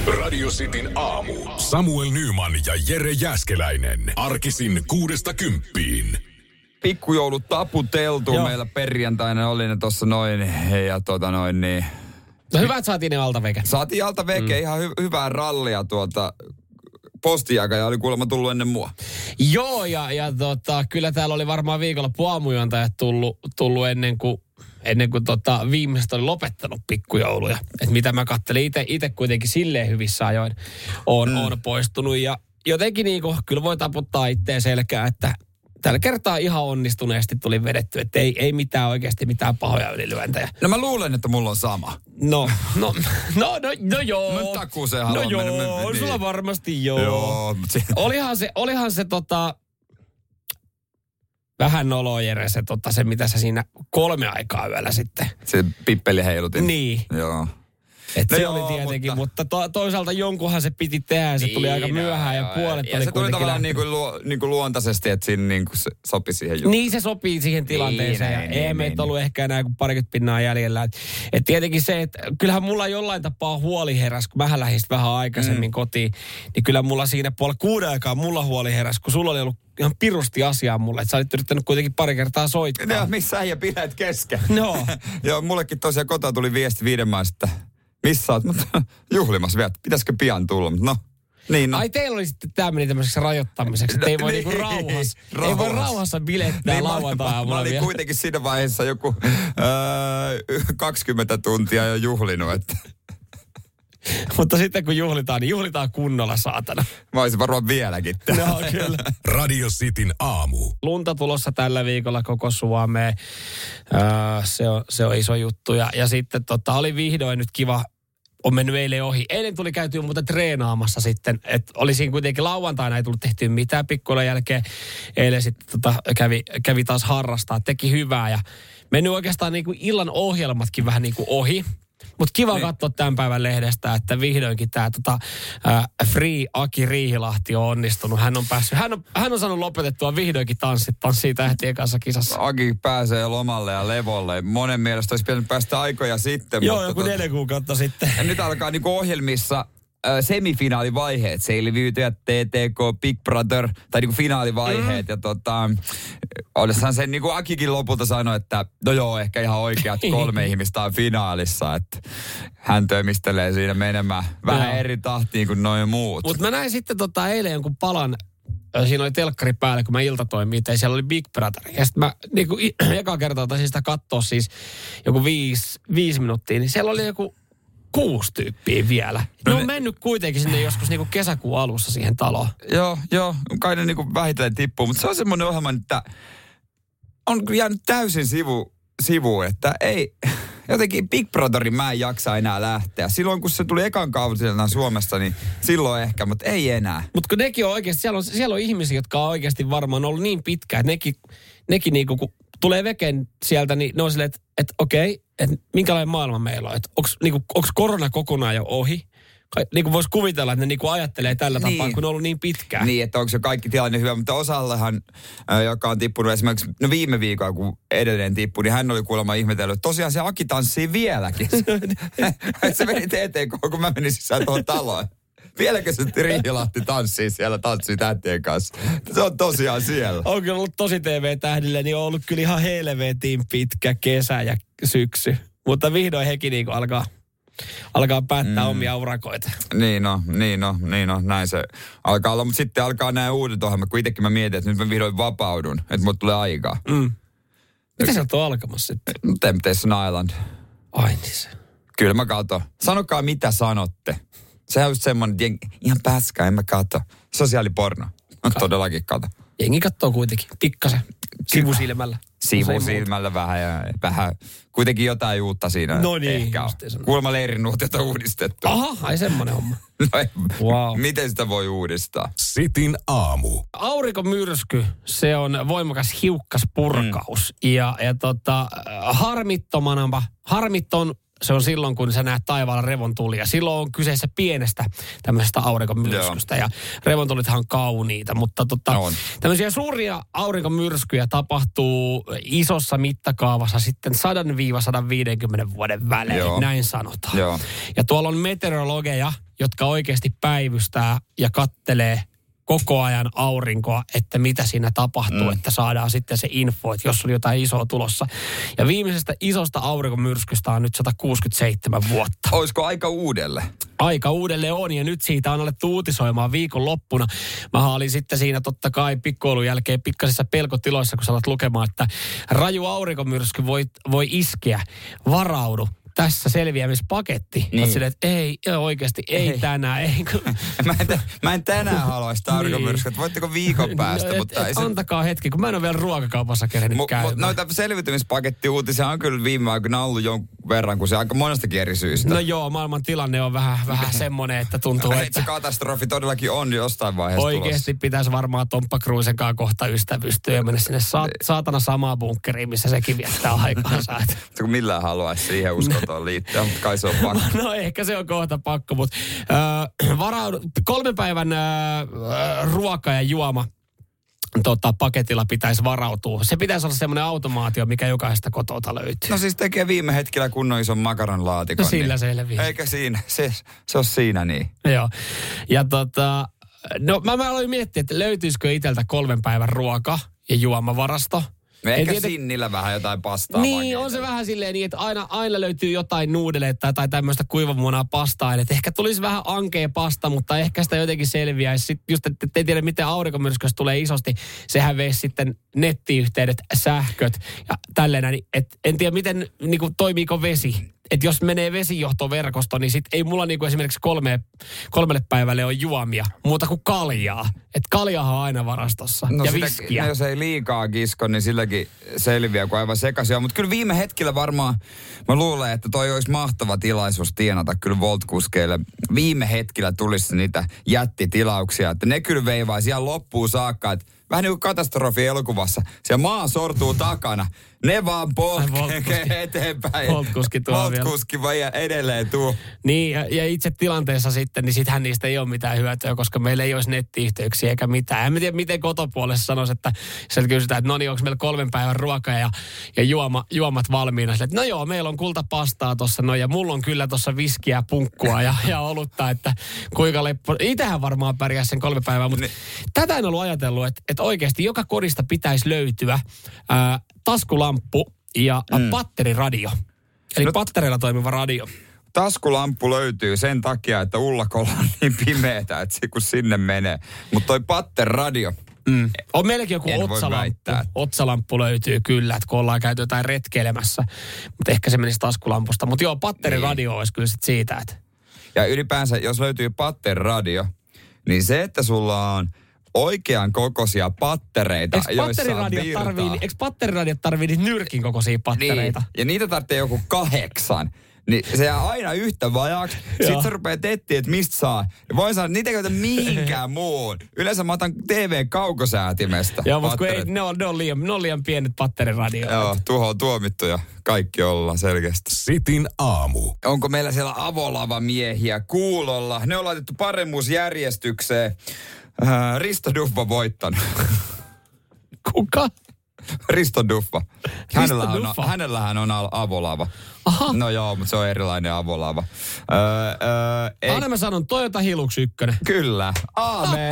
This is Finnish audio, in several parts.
Radio Cityn aamu. Samuel Nyman ja Jere Jääskeläinen. Arkisin 6–10. Pikkujoulut taputeltu meillä perjantaina oli ne tossa noin. Ja niin. No hyvä, että saatiin ne altaveke. Saatiin altaveke, ihan hyvää rallia postijakaja oli kuulemma tullut ennen mua. Joo, ja kyllä täällä oli varmaan viikonloppu aamujuontajat tullut ennen kuin viimeiset oli lopettanut pikkujouluja. Että mitä mä kattelin itse kuitenkin silleen hyvissä ajoin on poistunut. Ja jotenkin kyllä voi taputtaa itteen selkää, että tällä kertaa ihan onnistuneesti tuli vedetty, että ei mitään pahoja ylilyöntejä. No mä luulen, että mulla on sama. No joo. Mä takuuseen haluan mennä. On sulla varmasti joo. Olihan se vähän noloa, Jere, se mitä sä siinä 3 aikaa yöllä sitten. Se pippeli heilutin. Niin. Joo. Et se oli tietenkin, mutta toisaalta jonkunhan se piti tehdä. Se tuli aika myöhään ja puolet oli se tuli tavallaan niin kuin luontaisesti, että siinä niin kuin se sopi siihen juttuun. Niin, se sopii siihen tilanteeseen. Ei meitä ollut ehkä enää kuin 20 pinnaa jäljellä. Et tietenkin se, että kyllähän mulla jollain tapaa huoli heräsi, kun mä lähdin vähän aikaisemmin kotiin. Niin kyllä mulla siinä 5:30 aikaa mulla huoli heräsi, kun sulla oli ollut ihan pirusti asiaa mulle. Että sä olit yrittänyt kuitenkin pari kertaa soittaa. Joo, missä äijä pidät kesken? No. Joo, mullekin tosiaan kotoa tuli viesti 5 maista. Missä oot? Juhlimassa vielä. Pitäisikö pian tulla? No. Ai teillä oli sitten tämä meni tämmöiseksi rajoittamiseksi, että ei voi niinku rauhassa. Ei voi rauhassa bilettää lauantai-aamulla. Mä olin kuitenkin siinä vaiheessa joku 20 tuntia jo juhlinut, että. Mutta sitten kun juhlitaan, niin juhlitaan kunnolla, saatana. Mä olisin varmaan vieläkin. No kyllä. Radio Cityn aamu. Lunta tulossa tällä viikolla koko Suomeen. Se on iso juttu. Ja sitten oli vihdoin nyt kiva, on mennyt eilen ohi. Eilen tuli käytyä muuten treenaamassa sitten. Että oli siinä kuitenkin lauantaina ei tullut tehtyä mitään pikkuilla jälkeen. Eilen sitten kävi taas harrastaa, teki hyvää ja mennyt oikeastaan niin kuin illan ohjelmatkin vähän niin kuin ohi. Mutta kiva katsoa tämän päivän lehdestä, että vihdoinkin tämä Free Aki Riihilahti on onnistunut. Hän on saanut lopetettua vihdoinkin tanssii tähtien kanssa kisassa. Aki pääsee lomalle ja levolle. Monen mielestä olisi pitänyt päästä aikoja sitten. Joo, joku 4 kuukautta sitten. Ja nyt alkaa niinku ohjelmissa semifinaalivaiheet, Selviyty ja TTK, Big Brother, tai niinku finaalivaiheet. Ja olisihan sen niinku Akikin lopulta sanoi, että no joo, ehkä ihan oikeat 3 ihmistä on finaalissa, että hän tömistelee siinä menemään vähän eri tahtiin kuin noin muut. Mutta mä näin sitten eilen jonkun palan, siinä oli telkkari päällä, kun mä iltatoimin, ja siellä oli Big Brother. Ja sitten mä niinku eka kertaa taisin sitä katsoa siis joku 5 minuuttia, niin siellä oli joku 6 tyyppiä vielä. Ne on mennyt kuitenkin sinne joskus niinku kesäkuun alussa siihen taloon. Joo. Kai ne niinku vähitellen tippuu. Mutta se on semmoinen ohjelma, että on jäänyt täysin sivuun, että ei. Jotenkin Big Brotherin mä en jaksa enää lähteä. Silloin kun se tuli ekan kaudellaan Suomesta, niin silloin ehkä, mutta ei enää. Mutta kun nekin on oikeasti, siellä on ihmisiä, jotka on oikeasti varmaan ollut niin pitkään, että nekin niinku, kun tulee veken sieltä, niin ne on silleen, että okei, että minkälainen maailma meillä on. Että onko korona kokonaan jo ohi? Niin kuin voisi kuvitella, että ne niin kuin ajattelee tällä tapaa, kun on ollut niin pitkään. Niin, että onko se kaikki tilanne hyvä, mutta osallehan, joka on tippunut esimerkiksi, viime viikolla, kun edelleen tippui, niin hän oli kuulemma ihmetellyt, että tosiaan se Aki tanssii vieläkin. Se meni TTK, kun mä menin sisään tuohon taloon. Vieläkö se Riihilahti tanssii tähtien kanssa? Se on tosiaan siellä. On kyllä ollut tosi TV-tähdille, niin on ollut kyllä ihan helvetin pitkä kesä ja syksy. Mutta vihdoin hekin niin alkaa päättää omia urakoita. Niin no, näin se alkaa olla. Mutta sitten alkaa nämä uudet ohjelmat, kun itsekin mä mietin, että nyt mä vihdoin vapaudun, että mulle tulee aikaa. Mitä sieltä on alkamassa sitten? Temptation Island. Ai niin se. Kyllä mä katon. Sanokaa mitä sanotte. Sehän on just semmoinen, ihan pääskää, en mä kato. Sosiaaliporno. Todellakin kato. Jengi kattoo kuitenkin, pikkasen, sivusilmällä. Sivusilmällä vähän. Kuitenkin jotain uutta siinä. No niin. Ehkä on. Kuulemma leirinuotiota uudistettu. Aha, ai semmoinen homma. Wow. Miten sitä voi uudistaa? Cityn aamu. Aurinkomyrsky, se on voimakas hiukkaspurkaus. Ja harmitton se on silloin, kun sä näet taivaalla revontulia. Silloin on kyseessä pienestä tämmöisestä aurinkomyrskystä. Ja revontulithan on kauniita, mutta tämmöisiä suuria aurinkomyrskyjä tapahtuu isossa mittakaavassa sitten 100-150 vuoden välein. Näin sanotaan. Joo. Ja tuolla on meteorologeja, jotka oikeasti päivystää ja kattelee koko ajan aurinkoa, että mitä siinä tapahtuu, että saadaan sitten se info, että jos on jotain isoa tulossa. Ja viimeisestä isosta aurinkomyrskystä on nyt 167 vuotta. Olisiko aika uudelle? Aika uudelle on, ja nyt siitä on alettu uutisoimaan viikonloppuna. Mä olin sitten siinä totta kai pikkuoulun jälkeen pikkaisissa pelkotiloissa, kun sä alat lukemaan, että raju aurinkomyrsky voi iskeä. Varaudu. Tässä selviämispaketti. Niin. Silleen, että ei oikeasti, ei tänään. Ei. Mä en tänään halua sitä aurinkomyrskyä. Niin. Voitteko viikon päästä? Mutta antakaa hetki, kun mä en ole vielä ruokakaupassa kerennyt käymään. Noita selviytymispaketti-uutisia on kyllä viime aikoina ollut jonkun verran, kun se aika monestakin eri syystä. No joo, maailman tilanne on vähän semmoinen, että tuntuu, että... Se katastrofi todellakin on jostain vaiheessa oikeasti tulossa. Pitäisi varmaan Tomppa Cruisen kanssa kohta ystävystyä ja mennä sinne saatana samaa bunkkeriin, missä sekin viettää aikaansa. Kun millään haluaisi siihen uskontoon liittyä, mutta kai se on pakko. No ehkä se on kohta pakko, mutta 3 päivän ruoka ja juoma paketilla pitäisi varautua. Se pitäisi olla semmoinen automaatio, mikä jokaisesta kotota löytyy. No siis tekee viime hetkellä kunnon ison makaronlaatikon. No sillä niin. selviää. Eikä siinä, se on siinä niin. Joo. Ja no mä aloin miettiä, että löytyisikö itseltä 3 päivän ruoka ja juomavarasto. Ehkä sinnillä vähän jotain pastaa. Niin, on se vähän silleen niin, että aina löytyy jotain nuudeleita tai tämmöistä kuivamuonaa pastaa. Että ehkä tulisi vähän ankea pasta, mutta ehkä sitä jotenkin selviäisi. Sitten just, että ei tiedä, miten aurinkomyrskystä tulee isosti. Sehän veisi sitten nettiyhteydet, sähköt ja tälleen. Että en tiedä, miten niin kuin, toimiiko vesi. Että jos menee vesijohtoverkosto, niin sitten ei mulla niinku esimerkiksi 3 päivälle ole juomia, muuta kuin kaljaa. Että kaljahan on aina varastossa ja viskiä. No jos ei liikaa kisko, niin silläkin selviää, kun aivan sekaisin. Mutta kyllä viime hetkellä varmaan, mä luulen, että toi olisi mahtava tilaisuus tienata kyllä Volt-kuskeille. Viime hetkellä tulisi niitä jättitilauksia, että ne kyllä veivaisi ihan loppuun saakka, että vähän niin kuin katastrofi-elokuvassa. Siellä maa sortuu takana. Ne vaan polkee eteenpäin. Volt-kuski tuo Volt-kuski vaan edelleen tuo. Niin, ja itse tilanteessa sitten, niin sittenhän niistä ei ole mitään hyötyä, koska meillä ei olisi nettiyhteyksiä eikä mitään. En tiedä, miten kotopuolessa sanoisi, että sieltä kysytään, että no niin, onko meillä 3 päivän ruoka ja juomat valmiina. Sille, että no joo, meillä on kultapastaa tuossa, no ja mulla on kyllä tuossa viskiä, punkkua ja olutta, että kuinka leppo. Itähän varmaan pärjää sen 3 päivää, mutta tätä en ollut ajatellut, että oikeasti joka kodista pitäisi löytyä taskulamppu ja patteriradio. Eli patterilla toimiva radio. Taskulamppu löytyy sen takia, että ullakolla on niin pimeätä, että kun sinne menee. Mutta toi patteriradio. On meilläkin joku otsalamppu. Otsalamppu löytyy kyllä, että kun ollaan käyty jotain retkeilemässä. Mutta ehkä se menisi taskulampusta. Mutta joo, patteriradio olisi kyllä sit siitä. Että... Ja ylipäänsä, jos löytyy patteriradio, niin se, että sulla on oikean kokoisia pattereita, joissa on virtaa. Eikö patteriradiot tarvii niitä nyrkin kokoisia pattereita? Niin, ja niitä tarvitsee joku 8. Niin se jää aina yhtä vajaaksi. Sitten se rupeaa etsiä, että mistä saa. Ja voi sanoa, että niitä ei käytä mihinkään muuhun. Yleensä mä otan TV-kaukosäätimestä. Joo, mutta ne on liian pienet patteriradioita. Joo, tuhoon tuomittu ja kaikki ollaan selkeästi. Sitin aamu. Onko meillä siellä avolavamiehiä kuulolla? Ne on laitettu paremmuusjärjestykseen. Risto Duffa voittanut. Kuka? Risto Duffa. Hänellähän on avolava. Aha. No joo, mutta se on erilainen avolava. Aina mä sanon Toyota Hilux 1. Kyllä. Aamen.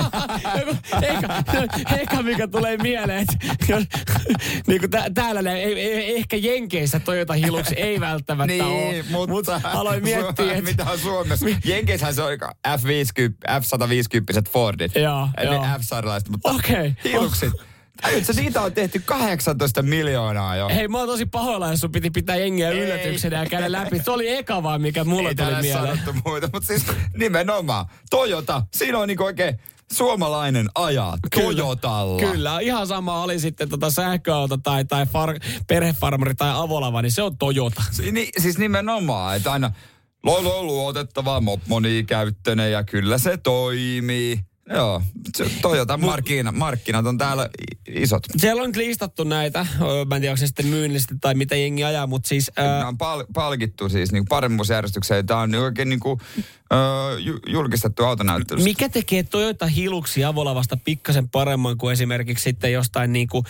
Eikä mikä tulee mieleen, että niin kuin täällä ehkä Jenkeissä Toyota Hilux ei välttämättä ole. Mutta aloin miettiä, että... Mitä on Suomessa? Jenkeissähän se on F-150 Fordit. Joo. F-sarjalaiset, mutta Hiluxit. Niitä on tehty 18 miljoonaa jo. Hei, mä oon tosi pahoilla, jos sun piti pitää jengiä yllätyksenä ja käydä läpi. Se oli eka vaan, mikä mulla tuli mieleen. Ei täällä sanottu muita, mutta siis nimenomaan. Toyota, siinä on niinku oikein suomalainen ajaa Toyotalla. Kyllä, ihan sama oli sitten sähköauto tai perhefarmari tai avolava, niin se on Toyota. Siis nimenomaan, että aina luotettava, monikäyttöinen ja kyllä se toimii. Joo, Toyota markkinat on täällä isot. Siellä on nyt listattu näitä, mä en tiedä onko se sitten myynnistä tai mitä jengi ajaa, mutta siis... Nämä on palkittu siis niin paremmuusjärjestykseen. Tämä on oikein niin kuin, julkistettu autonäyttelystä. Mikä tekee Toyota Hiluxi avolavasta pikkasen paremman kuin esimerkiksi sitten jostain niin kuin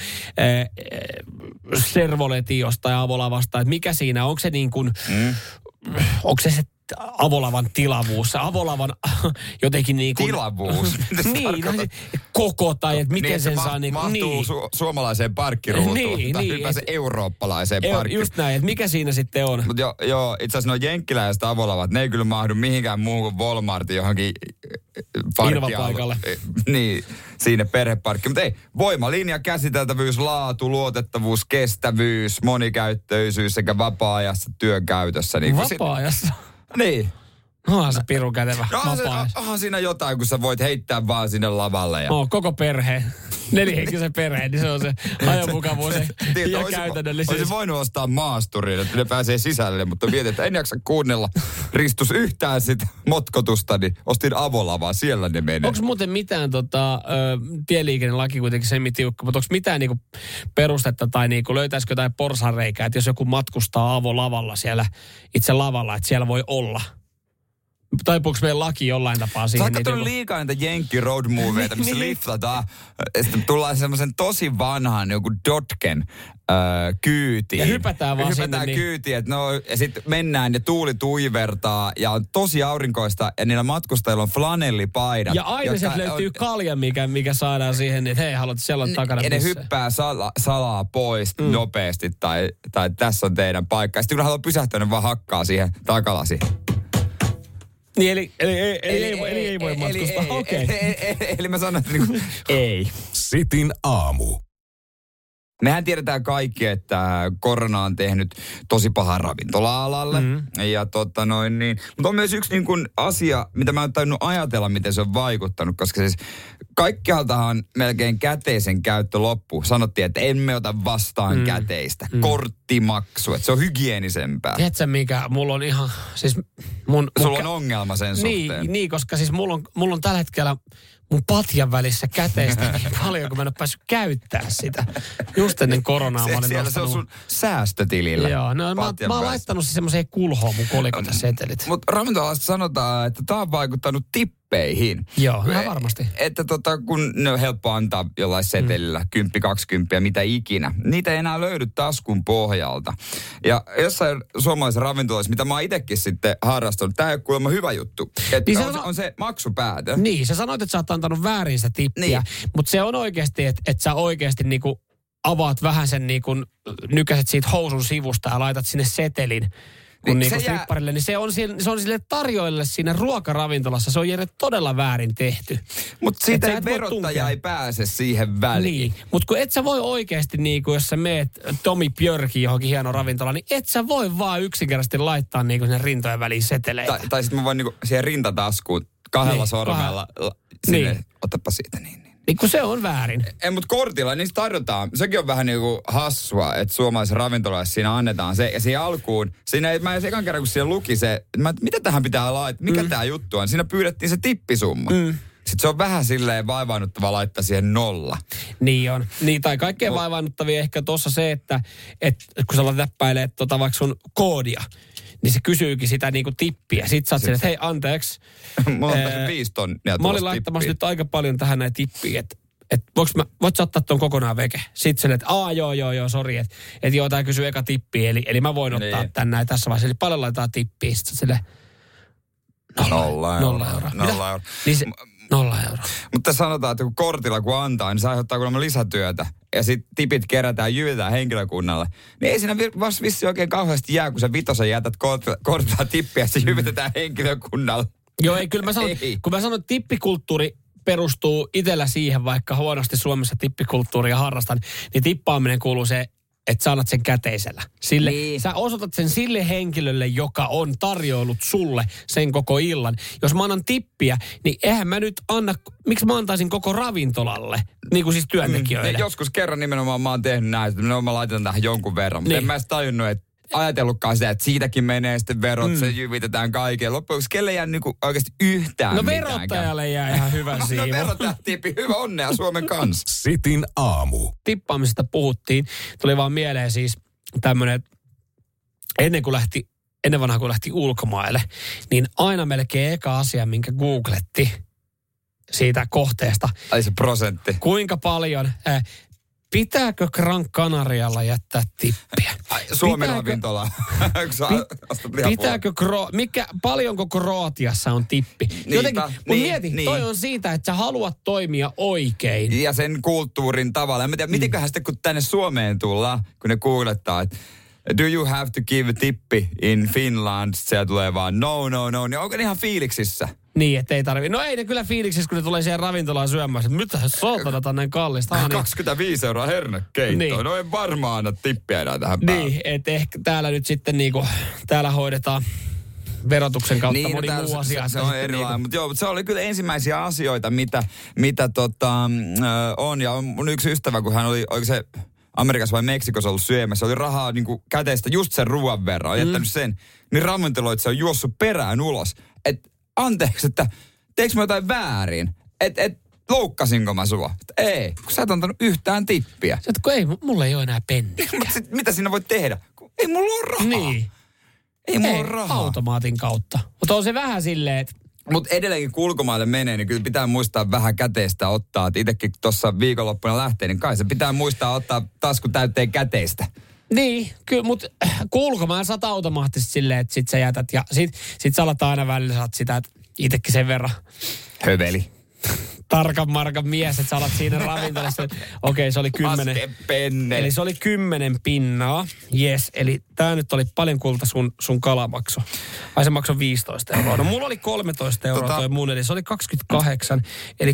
Servoletin jostain avolavasta? Että mikä siinä, onko se niin kuin... Onko se avolavan tilavuus, se avolavan jotenkin niin kuin... Tilavuus? Niin, koko tai että miten niin, sen saa niin kuin... Mahtuu suomalaiseen parkkiruutuun tai ylipäänsä eurooppalaiseen parkkiruutuun. Just näin, että mikä siinä sitten on? Mutta joo, itse asiassa nuo jenkkiläiset avolavat, ne ei kyllä mahdu mihinkään muuhun kuin Walmartin johonkin Invapaikalle. Niin, siinä perheparkki. Mutta ei, voimalinja, käsiteltävyys, laatu, luotettavuus, kestävyys, monikäyttöisyys sekä vapaa-ajassa työn käytössä. Niin vapaa-ajassa? Niin. Onhan se pirun kätevä. Onhan siinä jotain, kun sä voit heittää vaan sinne lavalle. Ja... koko perhe. 4-henkisen perheen, niin se on se ajomukavuus ja käytännöllisyys. Olisi voinut ostaa maasturin, että ne pääsee sisälle, mutta mietin, että en jaksa kuunnella Ristus yhtään sitä motkotusta, niin ostin avolavaa, siellä ne menee. Onko muuten mitään tieliikennelaki kuitenkin semitiukka, mutta onko mitään niinku perustetta tai niinku löytäisikö jotain porsareikää, että jos joku matkustaa avolavalla siellä itse lavalla, että siellä voi olla? Taipuuko meidän laki jollain tapaa siihen? Sä oot katsonut liikaa niitä Jenkki road movieita, missä liftataan. Sitten tullaan semmoisen tosi vanhan joku Dodgen kyytiin. Ja hypätään vaan sinne. Kyytiin, että ja sitten mennään ja tuuli tuivertaa ja on tosi aurinkoista ja niillä matkustajilla on flanellipaidat. Ja aina sieltä löytyy kalja, mikä saadaan siihen, että hei, haluat siellä olla takana. Ja ne hyppää salaa pois nopeasti tai tässä on teidän paikka. Ja sitten kun haluaa pysähtyä, ne vaan hakkaa siihen takalasi. Niin, eli ei voi matkustaa. Okei. Eli mä sanon, että niinku, ei. Sitin aamu. Mehän tiedetään kaikki, että korona on tehnyt tosi pahaa ravintola-alalle. Ja mutta on myös yksi niin kuin asia, mitä mä oon tainnut ajatella, miten se on vaikuttanut. Koska siis kaikkialtahan melkein käteisen käyttö loppu. Sanottiin, että emme ota vastaan käteistä. Korttimaksu, että se on hygienisempää. Tiedätkö mikä? Mulla on ihan... Siis sulla on ongelma sen suhteen. Niin, koska siis mulla on tällä hetkellä... mun patjan välissä käteistä niin paljon, kun mä en ole päässyt käyttämään sitä. Just ennen koronaa mä olin nostanut. Se on sun säästötilillä. Joo, no, mä oon laittanut siis semmoiseen kulhoon mun kolikot ja setelit. Mutta ravintolasta sanotaan, että tää on vaikuttanut tippeihin. Joo, ihan varmasti. Että kun ne on helppo antaa jollain setelillä, 10, 20, mitä ikinä. Niitä ei enää löydy taskun pohjalta. Ja jossain suomalaisessa ravintolassa, mitä mä oon itsekin sitten harrastanut, tää ei ole kuulemma hyvä juttu. Että niin on se maksupäätö. Niin, sä sanoit, että sä oot antanut väärin sitä tippiä. Niin. Mutta se on oikeasti, että sä oikeasti niinku avaat vähän sen niinku, nykäset siitä housun sivusta ja laitat sinne setelin. Kun niinku stripparille, niin se on sille tarjoille siinä ruokaravintolassa, se on Jere todella väärin tehty. Mutta siitä ei verottaja ei pääse siihen väliin. Niin, mutta kun et sä voi oikeasti, niinku, jos sä meet Tomi Björkin johonkin hieno ravintola, niin et sä voi vaan yksinkertaisesti laittaa niinku sinne rintojen väliin seteleitä. Tai sitten mä voin niinku siihen rintataskuun kahdella sormella sinne, otapa siitä niin. Niin kun se on väärin. Ei, mutta kortilla niistä tarjotaan. Sekin on vähän niinku hassua, että suomalaisessa ravintolassa siinä annetaan se. Ja siihen alkuun, mä edes ekan kerran kun siellä luki se, mitä tähän pitää laittaa, mikä tää juttu on. Siinä pyydettiin se tippisumma. Sitten se on vähän silleen vaivaannuttava laittaa siihen 0. Niin on. Niin, tai kaikkein vaivaannuttavia ehkä tuossa se, että kun sä alat täppäilee vaikka sun koodia, niin se kysyykin sitä niinku tippiä. Sitten sä oot silleen, että hei anteeksi. Mä oon tässä 5 tonnia. Mä olin laittamassa nyt aika paljon tähän näitä tippiä, että voit sä ottaa ton kokonaan veke? Sitten sen, että joo, sori, että joo, tää kysyy eka tippiä, eli mä voin ottaa tän näin tässä vaiheessa. Eli paljon laitetaan tippiä, sitten silleen 0 euroa. 0 euroa. Niin se, 0 euroa. Mutta sanotaan, että kun kortilla kun antaa, niin se aiheuttaa kuulemma lisätyötä. Ja sitten tipit kerätään, jyvetään henkilökunnalle. Niin ei siinä vasta vissi oikein kauheasti jää, kun sä vitosen jätät kortilla tippiä ja se jyvetetään henkilökunnalle. Joo, ei, kyllä mä sanon, kun mä sanon, että tippikulttuuri perustuu itsellä siihen, vaikka huonosti Suomessa tippikulttuuria harrastan, niin tippaaminen kuuluu se, että sä annat sen käteisellä. Sä osoitat sen sille henkilölle, joka on tarjoillut sulle sen koko illan. Jos mä annan tippiä, niin eihän mä nyt anna, miksi mä antaisin koko ravintolalle, niin kuin siis työntekijöille. Joskus kerran nimenomaan mä oon tehnyt näin, että mä laitan tähän jonkun verran, mutta en mä edes tajunnut, että ajatellutkaan sitä, että siitäkin menee sitten verot, se jyvitetään kaiken. Loppujen kelle jää niinku oikeasti yhtään mitään. Verottajalle jää ihan hyvä siivu. Verottaja-tippi, hyvä onnea Suomen kanssa. Sitin aamu. Tippaamisesta puhuttiin. Tuli vaan mieleen siis tämmönen, ennen vanhaa kun lähti ulkomaille, niin aina melkein eka asia, minkä googletti siitä kohteesta. Ai se prosentti. Kuinka paljon Pitääkö Gran Canarialla jättää tippiä? Suomen ravintola. Paljonko Kroatiassa on tippi? Jotenkin, mutta mieti, toi on siitä, että sä haluat toimia oikein. Ja sen kulttuurin tavalla. En tiedä, mitenköhän sitten kun tänne Suomeen tullaan, kun ne kuulettaa, että do you have to give a tippi in Finland? Siellä tulee vaan no. Niin onko ne ihan fiiliksissä? Niin, ettei tarvitse. No ei ne kyllä fiiliksissä, kun ne tulee siihen ravintolaan syömään. Mitä soltanat on näin kallista? 25 € hernekeittoon. Niin. No ei varmaan anna tippiä enää tähän päälle. Niin, että ehkä täällä nyt sitten niinku, täällä hoidetaan verotuksen kautta niin, moni muu asia. Se on erilainen, mutta joo, se oli kyllä ensimmäisiä asioita, mitä on. Ja mun yksi ystävä, kun hän oli se Amerikassa vai Meksikossa ollut syömässä, oli rahaa niin kuin käteistä just sen ruoan verran, on jättänyt sen, niin ravintoloit se on juossut perään ulos. Et anteeksi, että teekö mä jotain väärin? Loukkasinko mä sua? Ei, kun sä et antanut yhtään tippiä. Sä kun ei, mulla ei ole enää penniä. Mitä siinä voi tehdä? Kun ei mulla ole rahaa. Niin. Ei mulla ole rahaa. Automaatin kautta. Mutta on se vähän silleen, että mutta edelleenkin kun ulkomaille menee, niin kyllä pitää muistaa vähän käteistä ottaa. Et itsekin tuossa viikonloppuna lähtee, niin kai se pitää muistaa ottaa tasku täyteen käteistä. Niin, kyllä, mutta kun ulkomaan saat automaattisesti silleen, että sit sä jätät ja sit sä alat aina välillä saat sitä, että itsekin sen verran. Höveli. Tarkan markan mies, että sä alat siinä ravintolassa. Okei, se oli 10. Eli se oli 10 pinnaa. Yes, eli tää nyt oli paljon kulta sun kalamaksu. Ai se maksoi 15 €. No mulla oli 13 € toi mun, eli se oli 28. Eli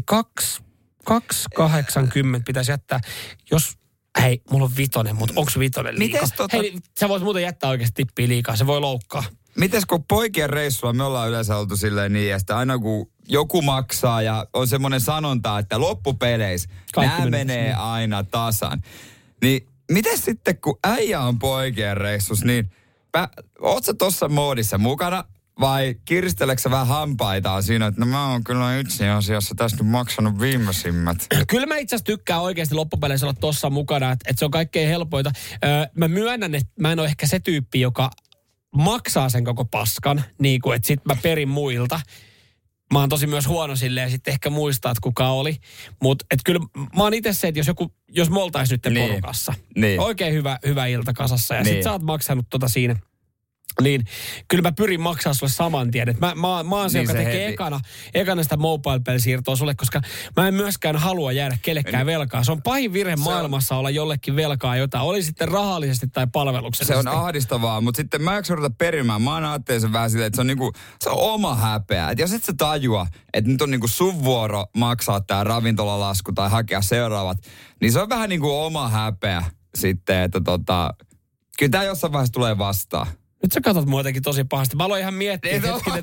2,80 pitäisi jättää, jos hei, mulla on 5, mutta onko 5 liikaa? Hei, sä voit muuten jättää oikeasti tippiä liikaa, se voi loukkaa. Mites kun poikien reissulla me ollaan yleensä oltu silleen niin, että aina kun joku maksaa ja on semmoinen sanonta, että loppupeleissä nämä menee aina tasan. Niin mites sitten kun äijä on poikien reissus, niin oot sä tossa moodissa mukana vai kiristeleksä vähän hampaitaan siinä, että no mä oon kyllä itse asiassa tästä maksanut viimeisimmät? Kyllä mä itse asiassa tykkään oikeasti loppupeleissä olla tossa mukana, että se on kaikkein helpoita. Mä myönnän, että mä en ole ehkä se tyyppi, joka maksaa sen koko paskan, niin kuin, että sit mä perin muilta. Mä oon tosi myös huono silleen, sitten ehkä muistaa, että kuka oli. Mutta kyllä mä oon itse se, että jos me oltais nyt porukassa. Niin. Oikein hyvä ilta kasassa ja sit sä oot maksanut siinä. Niin, kyllä mä pyrin maksaa sulle saman tien. Että mä oon se, joka tekee ekana sitä mobile-siirtoa sulle, koska mä en myöskään halua jäädä kellekään velkaa. Se on pahin virhe maailmassa olla jollekin velkaa jotain, oli sitten rahallisesti tai palveluksellisesti. Se on ahdistavaa, mutta sitten mä eikö ruveta perimään. Mä oon ajattelin sen vähän silleen, että se on oma häpeä. Että jos et sä tajua, että nyt on niinku sun vuoro maksaa tää ravintolalasku tai hakea seuraavat, niin se on vähän niinku oma häpeä sitten, että kyllä tää jossain vaiheessa tulee vastaan. Nyt sä katsot mua jotenkin tosi pahasti. Mä aloin ihan miettiä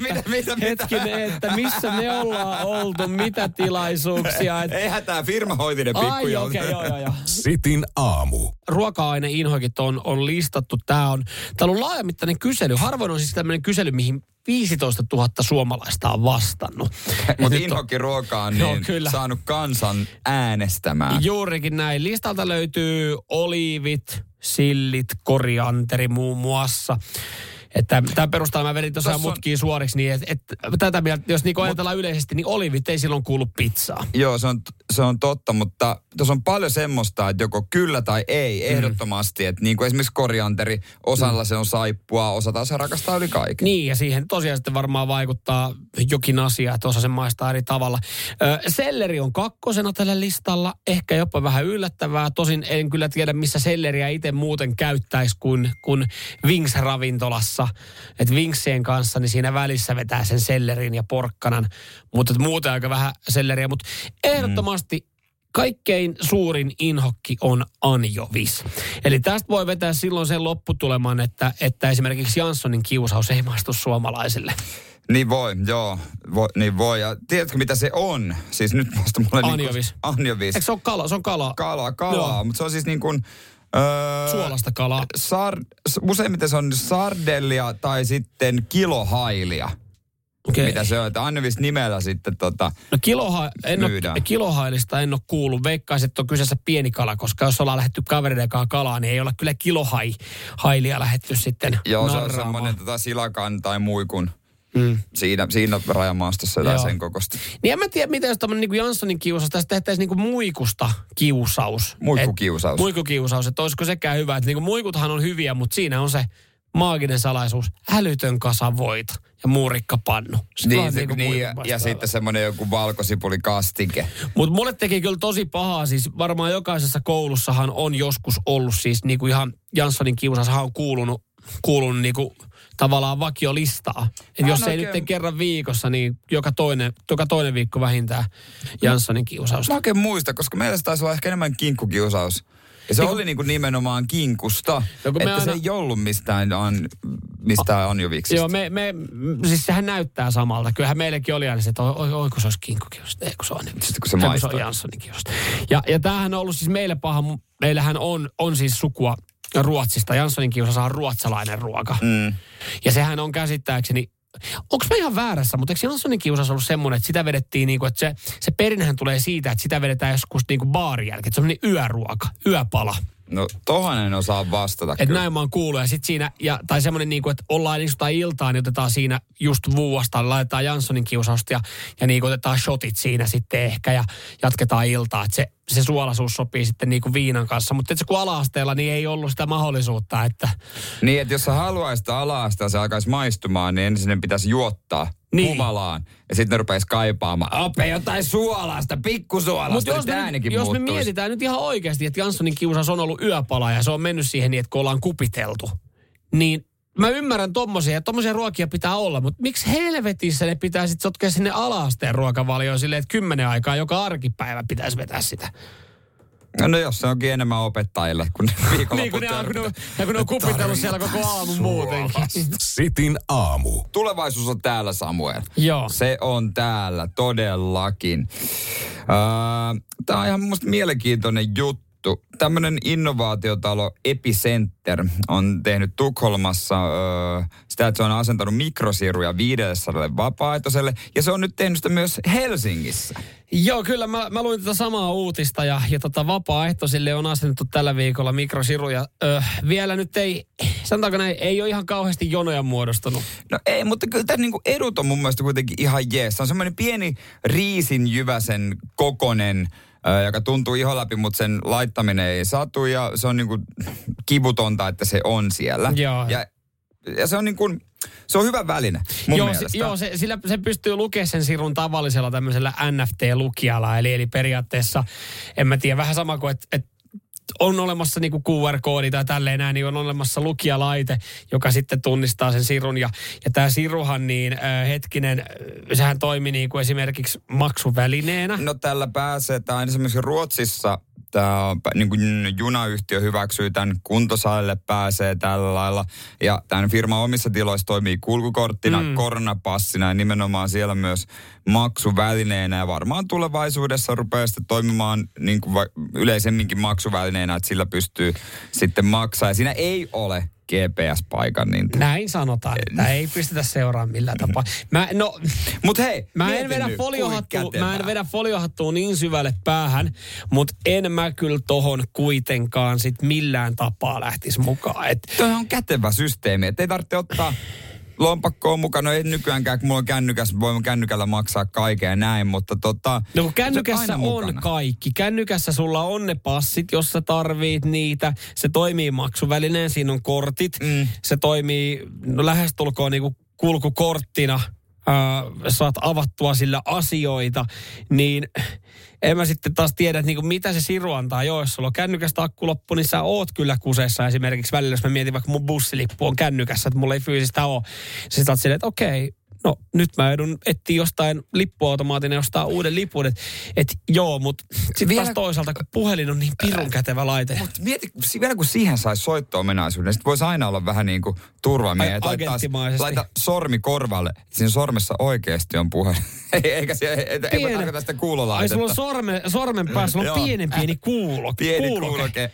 hetkinen, että missä me ollaan oltu, mitä tilaisuuksia. Eihän tää firma hoiti ne pikkuja. Ai okei, joo. Sitin aamu. Ruoka-aineinhoikit on listattu. Tää on ollut laajamittainen kysely. Harvoin on siis tämmöinen kysely, mihin 15 000 suomalaista on vastannut. Mutta inhokkiruoka on saanut kansan äänestämään. Juurikin näin. Listalta löytyy oliivit, sillit, korianteri muun muassa. Että tämän perusteella mä vedin tosiaan mutkiin suoriksi niin, että tätä mieltä, jos niin ajatellaan yleisesti, niin olivit ei silloin kuulu pizzaa. Joo, se on totta, mutta tuossa on paljon semmoista, että joko kyllä tai ei, ehdottomasti. Että niin kuin esimerkiksi korianteri, osalla se on saippua, osa taas rakastaa yli kaiken. Niin, ja siihen tosiaan sitten varmaan vaikuttaa jokin asia, että osa sen maistaa eri tavalla. Selleri on 2. tällä listalla, ehkä jopa vähän yllättävää. Tosin en kyllä tiedä, missä selleriä itse muuten käyttäisi kuin Wings-ravintolassa. Että Wingsien kanssa, niin siinä välissä vetää sen sellerin ja porkkanan. Mutta muuten aika vähän selleriä. Mutta ehdottomasti kaikkein suurin inhokki on anjovis. Eli tästä voi vetää silloin sen lopputuleman, että esimerkiksi Janssonin kiusaus ei maistu suomalaisille. Niin voi, joo. Niin voi. Ja tiedätkö, mitä se on? Siis nyt vasta mulle anjovis. Anjovis. Eikö se ole kala? Se on kalaa. Kalaa, mutta se on siis niin kuin suolasta kalaa. Useimmiten se on sardellia tai sitten kilohailia. Okay. Mitä se on, että anjovis nimellä sitten No kilohailista en ole kuullut. Veikkaisin, että on kyseessä pieni kala, koska jos ollaan lähdetty kavereiden kanssa kalaa, niin ei olla kyllä kilohailia lähdetty sitten Joo, narraamaan. Se on semmoinen silakan tai muikun Siinä rajamaastossa jotain sen kokosta. Niin en mä tiedä, mitä jos tämmöinen niin kuin Janssonin kiusaus, tästä tehtäisiin niin kuin muikusta kiusaus. Muikkukiusaus, että olisiko sekään hyvä. Että niin kuin muikuthan on hyviä, mutta siinä on se maaginen salaisuus, älytön kasa voita ja muurikkapannu. Ja sitten semmoinen joku valkosipulikastike. Mutta mulle teki kyllä tosi pahaa, siis varmaan jokaisessa koulussahan on joskus ollut siis niinku ihan Janssonin kiusaushan on kuulunut niinku tavallaan vakiolistaa. Et jos ei nyt kerran viikossa, niin joka toinen viikko vähintään Janssonin kiusaus. Mä oikein muista, koska meillä se taisi olla ehkä enemmän kinkkukiusaus. Ja se oli niinku nimenomaan kinkusta, että se ei ollut mistään anjoviksista. Joo, siis sehän näyttää samalta. Kyllähän meillekin oli aina se, että kun se olisi kinkkukiusta, ei kun se on. Sitten kun se maistuu. Se on Janssonin kiusta. Ja tämähän on ollut siis meille paha, meillähän on siis sukua Ruotsista. Janssonin kiusa on ruotsalainen ruoka. Ja sehän on käsittääkseni, onko mä ihan väärässä, mutta eikö Janssonin kiusassa ollut semmoinen, että sitä vedettiin niinku, että se perinnehän tulee siitä, että sitä vedetään joskus niinku baarin jälkeen. Se on semmoinen yöruoka, yöpala. No tohon en osaa vastata. Että näin mä oon kuullut. Ja sit siinä, tai semmoinen niinku, että ollaan istutaan iltaan, niin otetaan siinä just vuuasta, laitetaan Janssonin kiusausta ja niinku otetaan shotit siinä sitten ehkä ja jatketaan iltaa. Että se suolaisuus sopii sitten niinku viinan kanssa. Mutta kun ala-asteella niin ei ollut sitä mahdollisuutta, että... Niin, että jos sä haluaisit ala-asteella se alkaisi maistumaan, niin ensin ne pitäisi juottaa humalaan. Ja sitten ne rupeisi kaipaamaan. Ope jotain suolasta, pikkusuolasta. Mutta jos me mietitään nyt ihan oikeasti, että Janssonin kiusaus on ollut yöpala ja se on mennyt siihen niin, että kun ollaan kupiteltu, niin mä ymmärrän tommosia ruokia pitää olla, mutta miksi helvetissä ne pitää sitten sotkea sinne ala-asteen ruokavalioon silleen, että 10 aikaa joka arkipäivä pitäisi vetää sitä? No jos se onkin enemmän opettajille, kun viikonloput kun ne on kupitellut siellä koko aamun muutenkin. Sitin aamu. Tulevaisuus on täällä, Samuel. Joo. Se on täällä, todellakin. Tämä on ihan mun mielestä mielenkiintoinen juttu. Tämmöinen innovaatiotalo Epicenter on tehnyt Tukholmassa sitä, että se on asentanut mikrosiruja 500 vapaaehtoiselle. Ja se on nyt tehnyt sitä myös Helsingissä. Joo, kyllä. Mä luin tätä samaa uutista ja vapaaehtoisille on asennettu tällä viikolla mikrosiruja. Vielä nyt sanotaanko näin, ei ole ihan kauheasti jonoja muodostunut. No ei, mutta kyllä tämä niinku edut on mun mielestä kuitenkin ihan jees. Se on semmoinen pieni riisinjyväsen kokonen, joka tuntuu ihon läpi, mutta sen laittaminen ei satu ja se on niinku kivutonta, että se on siellä. Joo. Ja se on niinku, se on hyvä väline mun mielestä. Se pystyy lukemaan sen sirun tavallisella tämmöisellä NFT-lukijalla, eli periaatteessa, en mä tiedä, vähän sama kuin, että on olemassa niinku QR-koodi tai tälleen näin, niin on olemassa lukijalaite, joka sitten tunnistaa sen sirun. Ja tämä siruhan sehän toimi niinku esimerkiksi maksuvälineenä. No tällä pääsee, tämä esimerkiksi Ruotsissa tämä niin kuin junayhtiö hyväksyy tämän kuntosalille, pääsee tällä lailla. Ja tämän firman omissa tiloissa toimii kulkukorttina, koronapassina ja nimenomaan siellä myös maksuvälineenä. Ja varmaan tulevaisuudessa rupeaa sitten toimimaan niin kuin yleisemminkin maksuvälineenä, että sillä pystyy sitten maksaa. Ja siinä ei ole GPS-paikan. Niin näin sanotaan. Tämä ei pystytä seuraamaan millään tapaa. Mut hei, mä en vedä foliohattua niin syvälle päähän, mutta en mä kyllä tohon kuitenkaan sit millään tapaa lähtisi mukaan. Toi on kätevä systeemi, että ei tarvitse ottaa lompakkoon mukaan. No ei nykyäänkään, kun mulla on kännykäs, voin kännykällä maksaa kaiken ja näin, mutta No kun kännykässä on mukana kaikki. Kännykässä sulla on ne passit, jos sä tarvit niitä. Se toimii maksuvälineen, siinä on kortit. Se toimii lähestulkoon niinku kulkukorttina. Saat avattua sillä asioita, niin en mä sitten taas tiedä, että niinku mitä se siru antaa. Joo, jos sulla on kännykästä akku loppu, niin sä oot kyllä kuseessa. Esimerkiksi välillä, jos mä mietin vaikka mun bussilippu on kännykässä, että mulla ei fyysistä ole. Sitten sä oot silleen, että okei, no nyt mä edun etsiä jostain lippuautomaatin ja ostaa uuden lipun. Että joo, mutta sitten taas toisaalta, kun puhelin on niin pirun kätevä laite. Mutta mieti, vielä kun siihen saisi soitto-ominaisuuden, niin sitten voisi aina olla vähän niin kuin turvamiehet. Laita sormi korvalle. Siinä sormessa oikeasti on puhelin. Eikä ei tarkoita sitä kuulolaitetta. Ai sulla on sormen päässä, sulla on pieni kuuloke. Pieni kuuloke.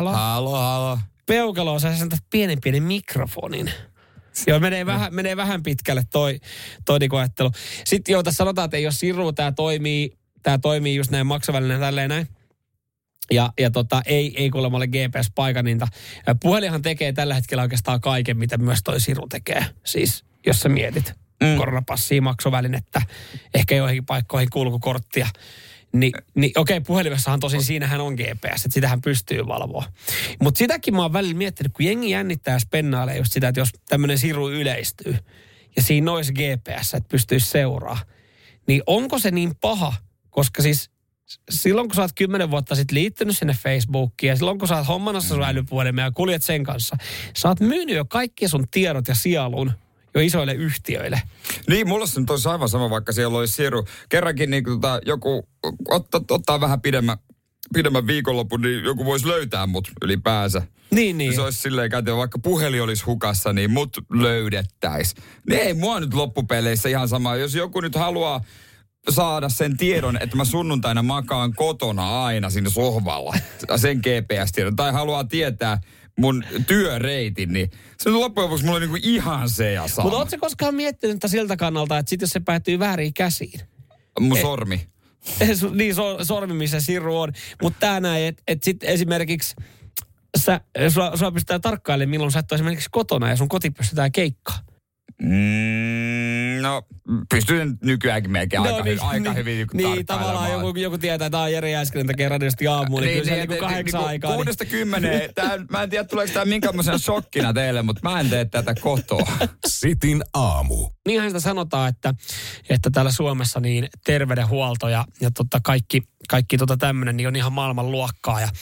Halo. Peukaloon sä sanot pienen mikrofonin. Joo, menee vähän pitkälle toi niinku ajattelu. Sitten tässä sanotaan, että ei ole siru, tää toimii just näin maksavälineen tälleen näin. Ja ei kuulemma ole GPS-paikaninta. Puhelinhan tekee tällä hetkellä oikeastaan kaiken, mitä myös toi siru tekee. Siis, jos sä mietit. koronapassia, maksuvälinettä, ehkä joihinkin paikkoihin kulkukorttia. Niin okei, puhelimessahan tosin siinähän on GPS, että sitähän pystyy valvoa. Mutta sitäkin mä oon välillä miettinyt, kun jengi jännittää ja spennailee just sitä, että jos tämmöinen siru yleistyy ja siinä olisi GPS, että pystyisi seuraa, niin onko se niin paha? Koska siis silloin, kun sä oot 10 vuotta sitten liittynyt sinne Facebookiin ja silloin, kun sä oot hommannassa sun älypuhelimen ja kuljet sen kanssa, sä oot myynyt jo kaikki sun tiedot ja sielun jo isoille yhtiöille. Niin, mulla se olisi aivan sama, vaikka siellä olisi siru. Kerrankin niin, joku ottaa vähän pidemmän viikonlopun, niin joku voisi löytää mut ylipäänsä. Niin. Se olisi silleen käyty, vaikka puhelin olisi hukassa, niin mut löydettäisiin. Niin ei mua nyt loppupeleissä ihan sama. Jos joku nyt haluaa saada sen tiedon, että mä sunnuntaina makaan kotona aina siinä sohvalla, sen GPS-tiedon, tai haluaa tietää mun työreitin, niin se on loppujen lopuksi mulle niinku ihan se ja sama. Mutta ootko sä koskaan miettinyt että siltä kannalta, että sit jos se päätyy väärin käsiin? Mun sormi. Niin, sormi, missä siru on. Mutta tää näin, että sit esimerkiksi sua pystytään tarkkailemaan, milloin sä et ole esimerkiksi kotona ja sun koti pystytään keikkaan. No, pystyn nykyäänkin melkein aika hyvin niin, tavallaan joku tietää, että Jere Jääskeläinen tekee radiosti aamuun, niin kyllä se niin 8 aikaa. 6-10, mä en tiedä tuleeko tämä minkälaisen shokkina teille, mutta mä en tee tätä kotoa. Sitin aamu. Niinhän sitä sanotaan, että täällä Suomessa niin terveydenhuolto ja kaikki tämmöinen niin on ihan maailmanluokkaa ja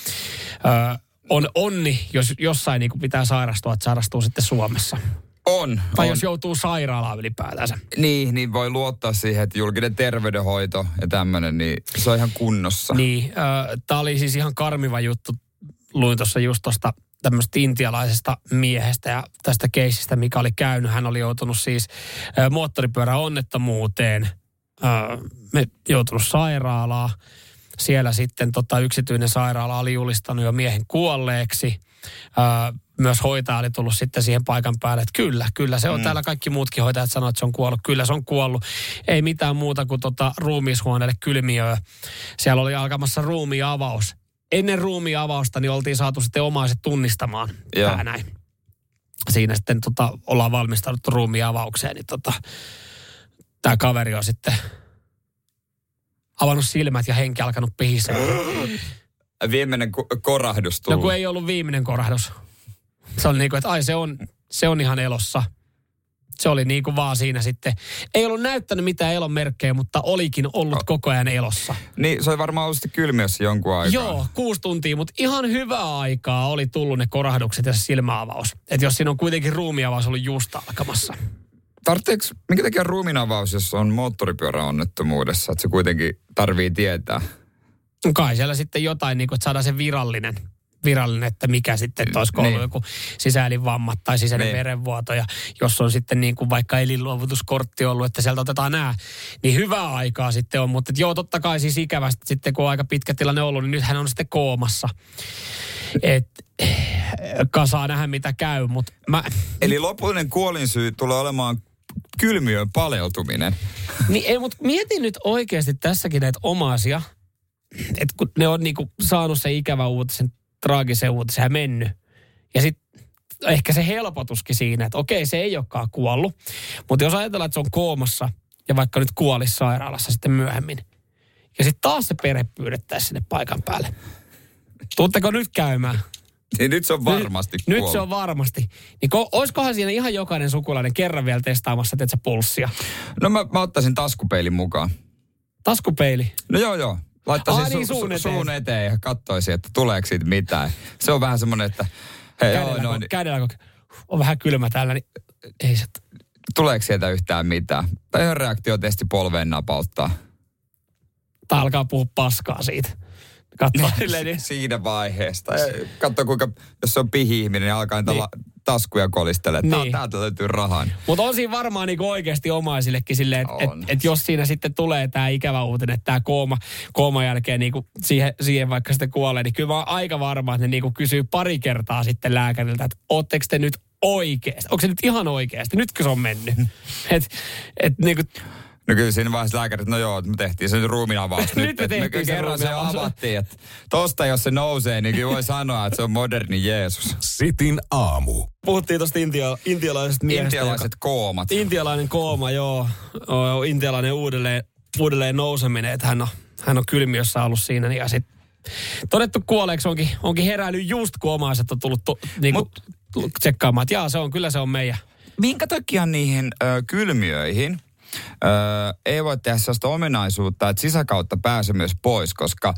on onni, jos jossain niin pitää sairastua, että sairastuu sitten Suomessa. Tai jos joutuu sairaalaan ylipäätänsä. Niin voi luottaa siihen, että julkinen terveydenhoito ja tämmöinen, niin se on ihan kunnossa. Niin, tää oli siis ihan karmiva juttu. Luin tuossa just tuosta tämmöistä intialaisesta miehestä ja tästä keisistä, mikä oli käynyt. Hän oli joutunut siis moottoripyöräonnettomuuteen, joutunut sairaalaan. Siellä sitten yksityinen sairaala oli julistanut jo miehen kuolleeksi. Myös hoitaja oli tullut sitten siihen paikan päälle, että kyllä se on täällä kaikki muutkin hoitajat sanoo, että se on kuollut. Kyllä se on kuollut. Ei mitään muuta kuin ruumiishuoneelle kylmiöön. Siellä oli alkamassa ruumiavaus. Ennen ruumiavausta niin oltiin saatu sitten omaiset tunnistamaan. Tää näin. Siinä sitten ollaan valmistauduttu ruumiavaukseen, niin tää kaveri on sitten avannut silmät ja henki alkanut pihissä. Viimeinen korahdus tuli. No kun ei ollut viimeinen korahdus. Se oli niin kuin, että se on ihan elossa. Se oli niin kuin vaan siinä sitten. Ei ollut näyttänyt mitään elon merkkejä, mutta olikin ollut koko ajan elossa. Niin, se oli varmaan ollut sitten kylmiössä jonkun aikaa. Joo, 6 tuntia, mutta ihan hyvää aikaa oli tullut ne korahdukset ja se silmäavaus. Että jos siinä on kuitenkin ruumiavaus ollut just alkamassa. Minkä takia ruumiinavaus, jos on moottoripyöräonnettomuudessa, että se kuitenkin tarvii tietää? Kai siellä sitten jotain, niin kuin, että saadaan se virallinen, että mikä sitten, että olisiko ollut joku sisäelinvammat tai sisäinen verenvuoto. Ja jos on sitten niin kuin vaikka elinluovutuskortti ollut, että sieltä otetaan nämä, niin hyvää aikaa sitten on. Mutta joo, totta kai siis ikävästi sitten, kun on aika pitkä tilanne ollut, niin nyt hän on sitten koomassa. Saa nähdä mitä käy, mutta Eli lopullinen kuolinsyy tulee olemaan kylmiön paleltuminen. Niin ei, mutta mietin nyt oikeasti tässäkin näitä omaisia, että kun ne on niinku saanut sen ikävän uutisen, traagisen uutisen ja mennyt. Ja sitten ehkä se helpotuskin siinä, että okei, se ei olekaan kuollut. Mutta jos ajatellaan, että se on koomassa ja vaikka nyt kuolisi sairaalassa sitten myöhemmin. Ja sitten taas se perhe pyydettäisiin sinne paikan päälle. Tuutteko nyt käymään? Niin nyt se on varmasti kuollut. Nyt se on varmasti. Niin olisikohan siinä ihan jokainen sukulainen kerran vielä testaamassa, teetkö pulssia? No mä ottaisin taskupeilin mukaan. Taskupeili? No joo. Laittaisin suun eteen ja katsoisin, että tuleeko siitä mitään. Se on vähän semmoinen, että kädellä on vähän kylmä täällä, niin ei se. Tuleeko sieltä yhtään mitään? Tai ihan reaktiotesti polveen napauttaa. Tai alkaa puhua paskaa siitä. Katso silleen. Siinä vaiheesta. Katso kuinka, jos se on pihi-ihminen, niin alkaa niitä taskuja kolistella. Niin. Täältä löytyy rahaa. Mutta on siinä varmaan niinku oikeasti omaisillekin silleen, että jos siinä sitten tulee tämä ikävä uutinen, että tämä kooma jälkeen niinku siihen vaikka sitten kuolee, niin kyllä mä oon aika varma, että ne niinku kysyy pari kertaa sitten lääkäriltä, että ootteko te nyt oikeasti? Onko se nyt ihan oikeasti? Nytkö se on mennyt? Niinku. No kyllä siinä vaiheessa lääkärit, no joo, me tehtiin se ruumiinavaus nyt. me kerran se avattiin, että tosta jos se nousee, niin kyllä voi sanoa, että se on moderni Jeesus. Sitin aamu. Puhuttiin tosta intialaisesta miehestä. Intialaiset koomat. Intialainen kooma, joo. Intialainen uudelleen nouseminen, että hän on kylmiössä ollut siinä. Ja sitten todettu kuolleeksi onkin heräillyt just kun omaiset on tullut tsekkaamaan, että jaa, kyllä se on meidän. Minkä takia niihin kylmiöihin ei voi tehdä sellaista ominaisuutta, että sisäkautta pääsee myös pois, koska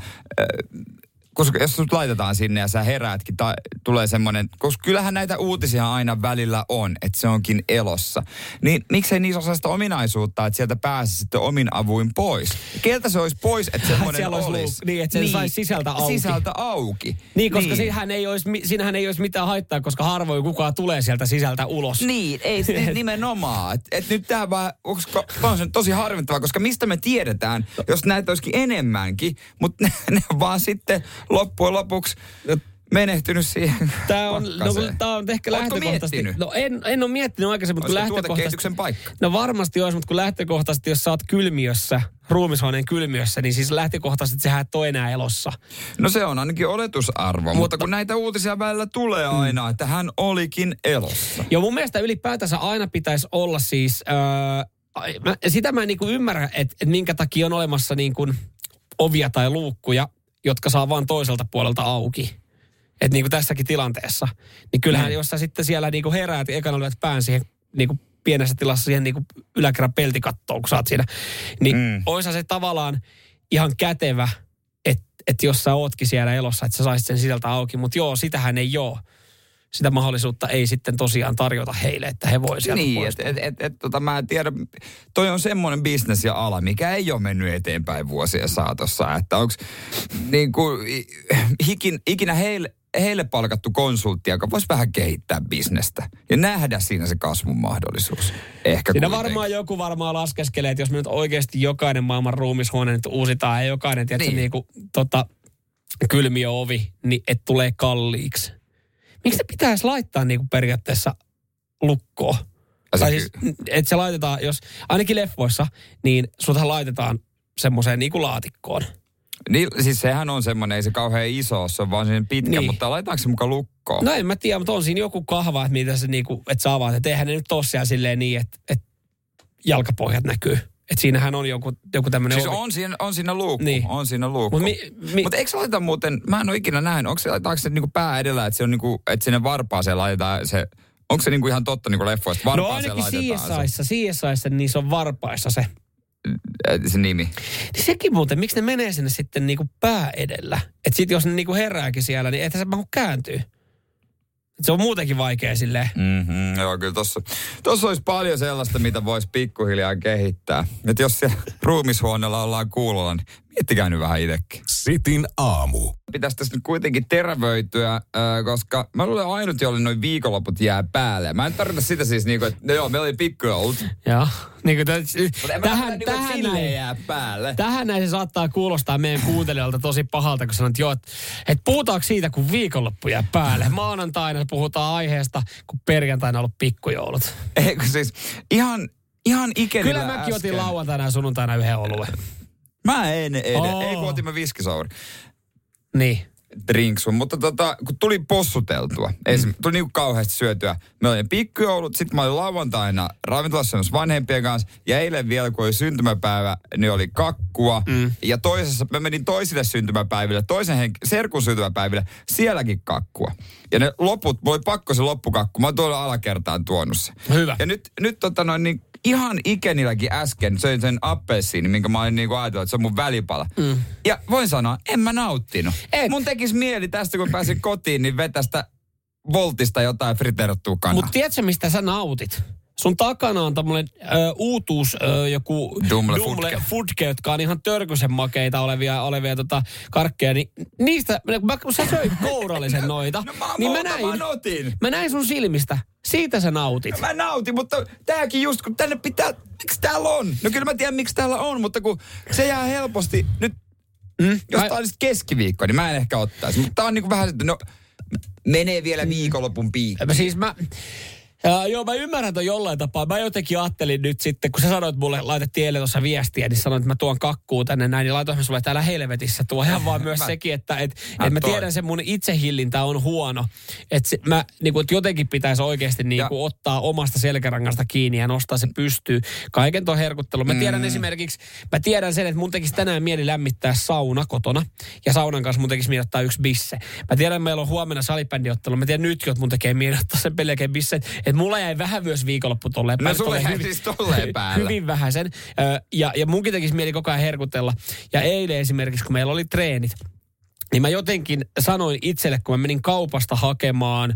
jos sut laitetaan sinne ja sä heräätkin, tulee semmoinen, koska kyllähän näitä uutisia aina välillä on, että se onkin elossa. Niin miksei niissä ole sellaista ominaisuutta, että sieltä pääsisi sitten omin avuin pois? Keltä se olisi pois, että semmoinen olisi? Niin, että se saisi sisältä auki. Sisältä auki. Niin, koska siinähän ei olisi mitään haittaa, koska harvoin kukaan tulee sieltä sisältä ulos. Niin, ei nimenomaan. Et nyt tämä vaan, on se tosi harmittavaa, koska mistä me tiedetään, jos näitä olisikin enemmänkin, mutta ne vaan sitten loppujen lopuksi menehtynyt siihen Tämä on ehkä lähtökohtaisesti. No en ole miettinyt aikaisemmin, mutta tuotekehityksen paikka. No varmasti olisi, mutta kun lähtökohtaisesti, jos sä oot kylmiössä, ruumishuoneen kylmiössä, niin siis lähtökohtaisesti sehän et ole enää elossa. No se on ainakin oletusarvo, mutta kun näitä uutisia välillä tulee aina, että hän olikin elossa. Joo, mun mielestä ylipäätänsä aina pitäisi olla siis, sitä mä en niinku ymmärrä, että minkä takia on olemassa niinku ovia tai luukkuja, jotka saa vaan toiselta puolelta auki. Että niin kuin tässäkin tilanteessa. Niin kyllähän, jos sä sitten siellä niin kuin heräät, ekana lyöt pään siihen niin kuin pienessä tilassa siihen niin kuin yläkerran peltikattoon, kun sä oot siinä. Niin oisa se tavallaan ihan kätevä, että jos sä ootkin siellä elossa, että sä saisit sen sisältä auki. Mutta joo, sitähän ei ole. Sitä mahdollisuutta ei sitten tosiaan tarjota heille, että he voi sieltä poistua. Niin, mä en tiedä, toi on semmoinen bisnes ja ala, mikä ei ole mennyt eteenpäin vuosien saatossa. Että onko niin kuin, ikinä heille palkattu konsultti, joka voisi vähän kehittää bisnestä ja nähdä siinä se kasvun mahdollisuus. Ehkä siinä varmaan laskeskelee, että jos me nyt oikeasti jokainen maailman ruumishuone nyt uusitaan ja jokainen, tiedätkö, niin kuin, kylmiöovi, niin että tulee kalliiksi. Miksi se pitäisi laittaa niin kuin periaatteessa lukkoon? Tai siis, että se laitetaan, jos ainakin leffoissa, niin suthan laitetaan semmoiseen niin kuin laatikkoon. Niin, siis sehän on semmoinen, ei se kauhean iso, se on vaan sen pitkä, niin. Mutta laitaanko se mukaan lukkoon? No en mä tiedä, mutta on siinä joku kahva, että mitä se niinku, että sä avaat. Että eihän ne nyt ole siellä silleen niin, että jalkapohjat näkyy. Että siinähän on joku tämmöinen siis on siinä luukku, niin. On siinä luukku. Mutta eikö se laita muuten, mä en ole ikinä nähnyt, laitaanko se niinku pää edellä, että se on niinku, että sinne varpaaseen laitetaan se, onko se niinku ihan totta niinku leffoista, varpaaseen laitetaan se? No ainakin CSI:ssa, niin se on varpaissa se. Se nimi. Niin sekin muuten, miksi ne menee sinne sitten niinku pää edellä? Että sit jos ne niinku herääkin siellä, niin eihän se mahu kääntyy. Se on muutenkin vaikea silleen. Joo, kyllä tossa olisi paljon sellaista, mitä voisi pikkuhiljaa kehittää. Että jos siellä ruumishuoneella ollaan kuulolla, niin miettikää nyt vähän itsekin. Sitin aamu. Pitäisi tässä nyt kuitenkin terävöityä, koska mä luulen ainut, jolle noin viikonloput jää päälle. Mä en tarvita sitä siis niinku, että no meillä oli pikkujoulut. Joo. Niin tähän jää päälle. Tähän näin se saattaa kuulostaa meidän kuuntelijoilta tosi pahalta, kun sanot, että puhutaanko siitä, kun viikonloppu jää päälle. Maanantaina puhutaan aiheesta, kun perjantaina on ollut pikkujoulut. Eikö siis ihan ikenillä kyllä mäkin otin lauantaina ja sunnuntaina yhden oluen. Mä en ei kun otimme viskisouri. Niin. Drinksun, mutta kun tuli possuteltua, tuli niinku kauheasti syötyä. Me olin pikkujoulut, sitten mä olin lauantaina ravintolassa vanhempien kanssa, ja eilen vielä, kun oli syntymäpäivä, niin oli kakkua. Ja mä menin toisille syntymäpäiville, serkun syntymäpäiville, sielläkin kakkua. Ja ne loput, mulla oli pakko se loppukakku, mä oon tuolla alakertaan tuonut se. Hyvä. Ja nyt niin ihan ikenilläkin äsken söin sen appelsiinin, minkä mä olin niinku ajatellut, että se on mun välipala. Ja voin sanoa, en mä nauttinut. Mun tekisi mieli tästä, kun pääsin kotiin, niin vetästä Voltista jotain friteerattua kanaa. Mutta tiedätkö, mistä sä nautit? Sun takana on tämmönen uutuus, joku Dumle Fudke, jotka on ihan törkysen makeita olevia karkkeja. Niin niistä, kun sä söit kourallisen noita, niin mä näin sun silmistä. Siitä sä nautit. Mä nautin, mutta tääkin just, kun tänne pitää, miksi täällä on? No kyllä mä tiedän, miksi täällä on, mutta kun se jää helposti nyt, jos tää olisi keskiviikko, niin mä en ehkä ottaisi. Mutta tää on niinku vähän, menee vielä viikonlopun piikki. Siis Joo, mä ymmärrän ton jollain tapaa. Mä jotenkin ajattelin nyt sitten, kun sä sanoit mulle, laitettiin eilen tuossa viestiä, niin sanoin, että mä tuon kakkuu tänne näin, niin laitoin sulle täällä helvetissä tuo. Ihan vaan myös sekin, että mä tiedän, sen mun itsehillintä on huono. Että että jotenkin pitäisi oikeasti ottaa omasta selkärangasta kiinni ja nostaa se pystyy. Kaiken ton herkuttelun. Mä tiedän esimerkiksi, sen, että mun tekisi tänään mieli lämmittää sauna kotona. Ja saunan kanssa mun tekisi mieli ottaa yksi bisse. Mä tiedän, että meillä on huomenna salibändiottelu. Mä tiedän nytkin, että mun tekee mieli ottaa sen pelkästään bisse. Että mulla jäi vähän myös viikonloppu tolleen päälle. No sulle jäi siis tolleen päälle. Hyvin vähäisen. Ja munkin tekisi mieli koko ajan herkutella. Ja eilen esimerkiksi, kun meillä oli treenit, niin mä jotenkin sanoin itselle, kun mä menin kaupasta hakemaan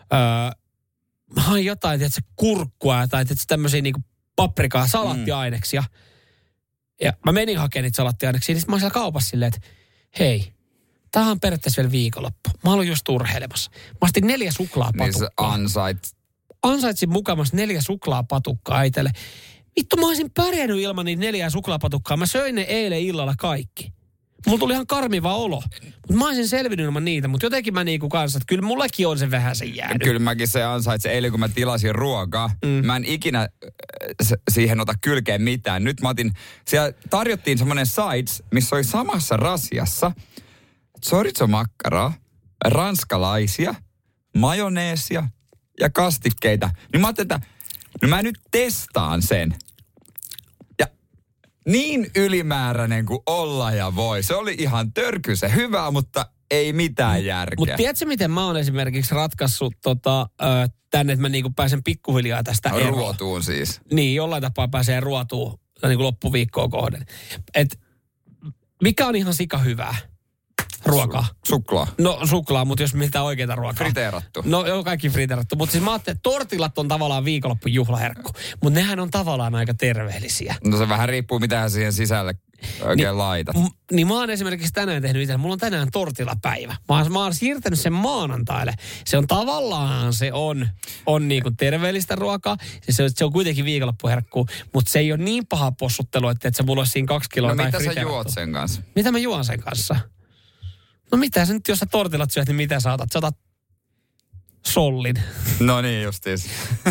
jotain, tiedätkö, kurkkua tai tämmöisiä niinku paprikaa, salaattiaineksia. Ja mä menin hakemaan niitä salaattiaineksia, niin sit mä olin siellä kaupassa silleen, että hei, tämähän on periaatteessa vielä viikonloppu. Mä olin just urheilemassa. Mä ostin 4 suklaapatukkaa. Niin sä ansaitsin mukamassa 4 suklaapatukkaa itselle. Vittu, mä olisin pärjännyt ilman niitä 4 suklaapatukkaa. Mä söin ne eilen illalla kaikki. Mulla tuli ihan karmiva olo. Mutta mä olisin selvinnyt ilman niitä. Mutta jotenkin mä niinku kanssa, että kyllä mullakin on se vähän sen jäänyt. Kyllä mäkin se ansaitsin. Eilen kun mä tilasin ruokaa, mä en ikinä siihen ota kylkeen mitään. Nyt mä otin, siellä tarjottiin semmoinen sides, missä oli samassa rasiassa chorizo-makkaraa, ranskalaisia, majoneesia ja kastikkeita. Niin mä ajattelin, että no mä nyt testaan sen. Ja niin ylimääräinen kuin olla ja voi. Se oli ihan törkyisen hyvää, mutta ei mitään järkeä. Mutta tiedätkö, miten mä oon esimerkiksi ratkaissut tänne, että mä niinku pääsen pikkuhiljaa tästä eroon? Ruotuun siis. Niin, jollain tapaa pääsee ruotuun niinku loppuviikkoa kohden. Et mikä on ihan sika hyvää? Ruokaa. Suklaa. No suklaa, mutta jos mitään oikeita ruokaa. Friteerattu. No joo, kaikki friteerattu. Mutta siis mä ajattelin, että tortillat on tavallaan viikonloppu juhlaherkku. Mutta nehän on tavallaan aika terveellisiä. No se vähän riippuu, mitä siihen sisälle oikein laitat. Niin mä oon esimerkiksi tänään tehnyt itse. Mulla on tänään tortillapäivä. Mä oon siirtänyt sen maanantaille. Se on tavallaan, se on niinku terveellistä ruokaa. Se on kuitenkin viikonloppuherkku. Mutta se ei ole niin paha possuttelu, että se mulla olisi siinä 2 kiloa tai friteerattu. No mitä sä juot sen kanssa? Mitä mä juon sen kanssa? No mitä sä nyt, jos sä tortillat syöt, niin mitä sä otat? Sä otat sollin. No niin, justiis.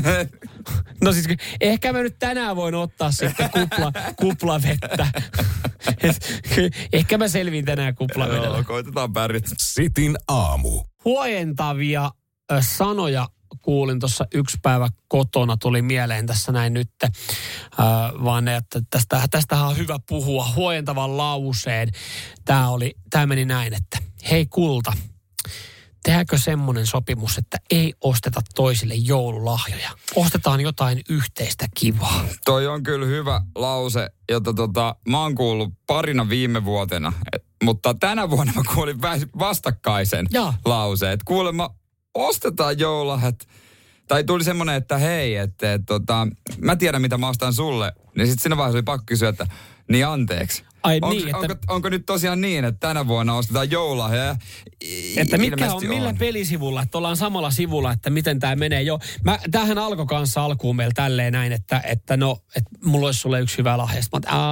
No siis ehkä mä nyt tänään voin ottaa sitten kuplavettä. Ehkä mä selviin tänään kuplavedellä. Joo, koitetaan pärjätä. Sitin aamu. Huojentavia sanoja kuulin tuossa yksi päivä kotona, tuli mieleen tässä näin nyt. Vaan että tästähän on hyvä puhua. Huojentavan lauseen. Tämä meni näin, että hei kulta, tehdäänkö semmoinen sopimus, että ei osteta toisille joululahjoja? Ostetaan jotain yhteistä kivaa. Toi on kyllä hyvä lause, jota mä oon kuullut parina viime vuotena. Mutta tänä vuonna mä kuulin vastakkaisen lauseen. Että kuulemma ostetaan joululahjat. Tai tuli semmoinen, että hei, että mä tiedän mitä mä ostan sulle. Niin sitten siinä vaiheessa oli pakko kysyä, että niin anteeksi. Onko nyt tosiaan niin, että tänä vuonna ostetaan joululahjoja? Että millä pelisivulla, että ollaan samalla sivulla, että miten tämä menee. Joo, tämähän alkoi kanssa alkuun meillä tälleen näin, että mulla olisi sulle yksi hyvä lahja.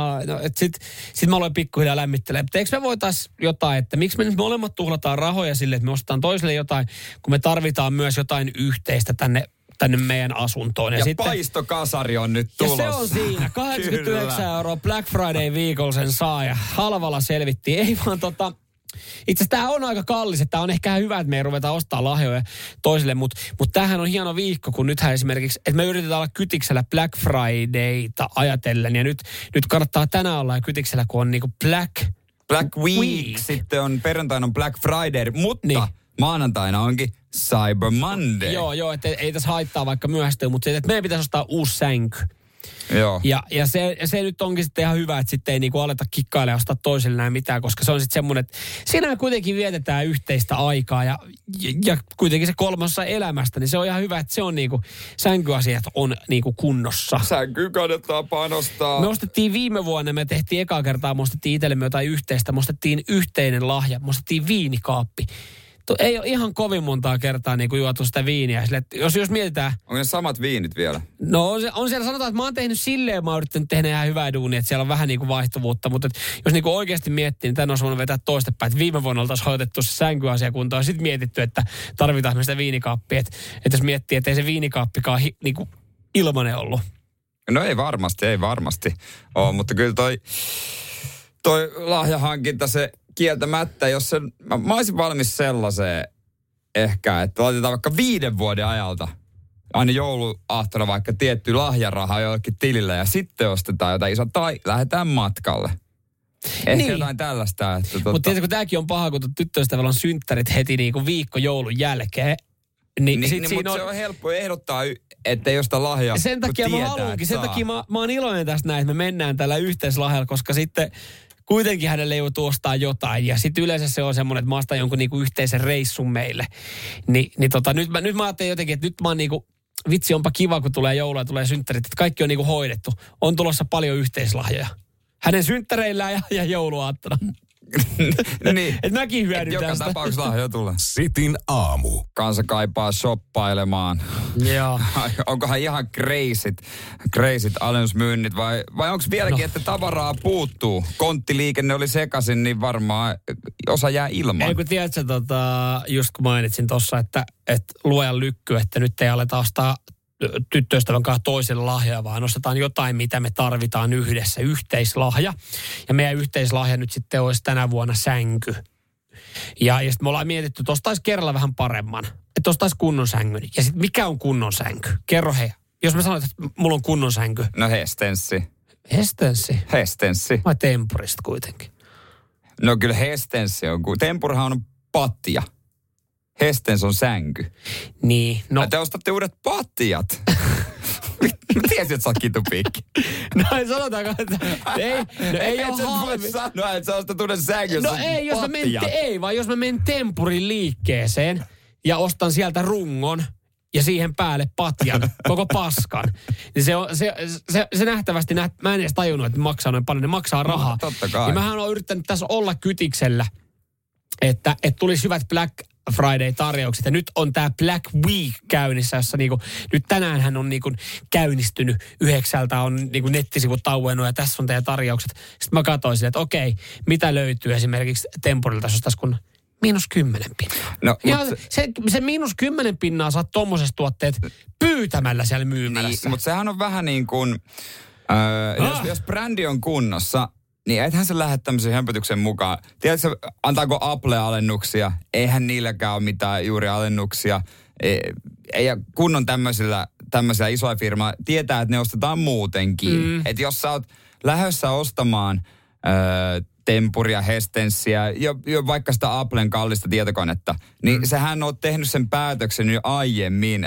Sitten mä aloin pikkuhiljaa lämmittelemään. Mutta eikö me voitaisiin jotain, että miksi me nyt molemmat tuhlataan rahoja sille, että me ostetaan toiselle jotain, kun me tarvitaan myös jotain yhteistä tänne meidän asuntoon. Ja sitten paistokasari on nyt tulossa. Ja se on siinä. 89 € Black Friday viikolla sen saa ja halvalla selvittiin. Ei vaan itse asiassa tämä on aika kallis, että tämä on ehkä hyvä, että me ei ruveta ostaa lahjoja toisille, mutta tämähän on hieno viikko, kun nythän esimerkiksi, että me yritetään olla Kytiksellä Black Fridayta ajatellen, ja nyt kannattaa tänään olla kytiksellä, kun on niinku Black Week. Sitten on perjantaina on Black Friday, mutta niin. Maanantaina onkin Cyber Monday. Joo, että ei tässä haittaa vaikka myöhästyä, mutta että meidän pitäisi ostaa uusi sänky. Joo. Ja se nyt onkin sitten ihan hyvä, että sitten ei niinku aleta kikkailemaan ja ostaa toiselle näin mitään, koska se on sitten semmoinen, että siinä kuitenkin vietetään yhteistä aikaa ja kuitenkin se kolmassa elämästä, niin se on ihan hyvä, että se on niinku, sänkyasiat on niinku kunnossa. Sänkyyn kannattaa panostaa. Me ostettiin viime vuonna, me tehtiin ekaa kertaa, me ostettiin itsellemme jotain yhteistä, me ostettiin yhteinen lahja, me ostettiin viinikaappi. Ei ole ihan kovin montaa kertaa niin kuin juotu sitä viiniä. Sille, että jos mietitään... Onko ne samat viinit vielä? No on siellä, sanotaan, että mä oon tehnyt silleen, mä oon yrittänyt tehdä ihan hyvää duunia, että siellä on vähän niin kuin vaihtuvuutta. Mutta jos niin kuin oikeasti miettii, niin tämän olisi voinut vetää toistepäin. Että viime vuonna oltaisiin hoitettu se sänkyasia kuntoon ja sitten mietitty, että tarvitaan sitä viinikaappia. Että jos miettii, että ei se viinikaappikaan niin kuin ilmanen ollut. No ei varmasti ole, mutta kyllä toi lahjahankinta se kieltämättä, jos se, mä olisin valmis sellaiseen ehkä, että laitetaan vaikka 5 vuoden ajalta aina jouluaattona vaikka tietty lahjaraha jollekin tilille ja sitten ostetaan jotain iso tai lähdetään matkalle. Ehkä niin. Jotain tällaista. Mutta tiedätkö, tämäkin on paha, kun tyttöystävällä on synttärit heti niin kuin viikko joulun jälkeen. Mutta se on helppo ehdottaa, ettei josta lahjaa. Sen takia mä haluankin, sen takia mä oon iloinen tästä näin, että me mennään tällä yhteislahjalla, koska sitten kuitenkin hänelle joutuu ostaa jotain. Ja sitten yleensä se on semmoinen, että mä ostan jonkun niinku yhteisen reissun meille. Nyt mä ajattelin jotenkin, että nyt mä oon niinku, vitsi onpa kiva, kun tulee joulua ja tulee synttärit, että kaikki on niinku hoidettu. On tulossa paljon yhteislahjoja. Hänen synttäreillään ja jouluaattona. Niin. Et mäkin hyödyn tästä. Joka tapauksessa lahjoja tulee. Sitin aamu. Kansa kaipaa shoppailemaan. Joo. Onkohan ihan crazyt alennusmyynnit vai onko vieläkin, että tavaraa puuttuu? Konttiliikenne oli sekaisin, niin varmaan osa jää ilman. Ei kun tiedätkö, just kun mainitsin tuossa, että luojan lykky, että nyt ei aleta ostaa tyttöystävän kanssa toiselle lahjaa, vaan ostetaan jotain, mitä me tarvitaan yhdessä, yhteislahja. Ja meidän yhteislahja nyt sitten olisi tänä vuonna sänky. Ja sitten me ollaan mietitty, että ostaisi kerralla vähän paremman. Että ostaisi kunnon sängyn. Ja sitten mikä on kunnon sänky? Kerro he. Jos mä sanon, että mulla on kunnon sänky. No Hestenssi. Hestenssi? Vai Tempurista kuitenkin? No kyllä Hestenssi on. Tempurhan on patja. Hestens on sänky. Niin, no. Te ostatte uudet patjat. Tiesit, että sä oot kitupiikki. No sanotaanko, että ei ole halvempi. Sanoa, että sä ostat uuden sängyn. No ei, vaan jos mä menen Tempurin liikkeeseen ja ostan sieltä rungon ja siihen päälle patjan, koko paskan. Niin se nähtävästi, mä en edes tajunnut, että maksaa noin paljon, ne maksaa rahaa. No, totta kai. Ja mähän olen yrittänyt tässä olla kytiksellä, että tulisi hyvät Black Friday-tarjoukset. Ja nyt on tämä Black Week käynnissä, jossa niinku, nyt tänäänhän on niinku käynnistynyt 9 on niinku nettisivut auennut ja tässä on teidän tarjoukset. Sitten mä katsoin sille, että okei, mitä löytyy esimerkiksi Tempurilta, jos tässä kun -10 pinnaa. No, ja se -10 saat tommosesta tuotteet pyytämällä siellä myymälässä. Niin, mutta sehän on vähän niin kuin, jos brändi on kunnossa, niin ethän se lähde tämmöisen hömpötyksen mukaan. Tiedätkö, antaako Apple-alennuksia? Eihän niilläkään ole mitään juuri alennuksia. Ja kunnon tämmöisillä isoja firmaa tietää, että ne ostetaan muutenkin. Että jos sä oot lähdössä ostamaan Tempuria, Hestenssiä, jo vaikka sitä Applen kallista tietokonetta, niin sehän on tehnyt sen päätöksen jo aiemmin.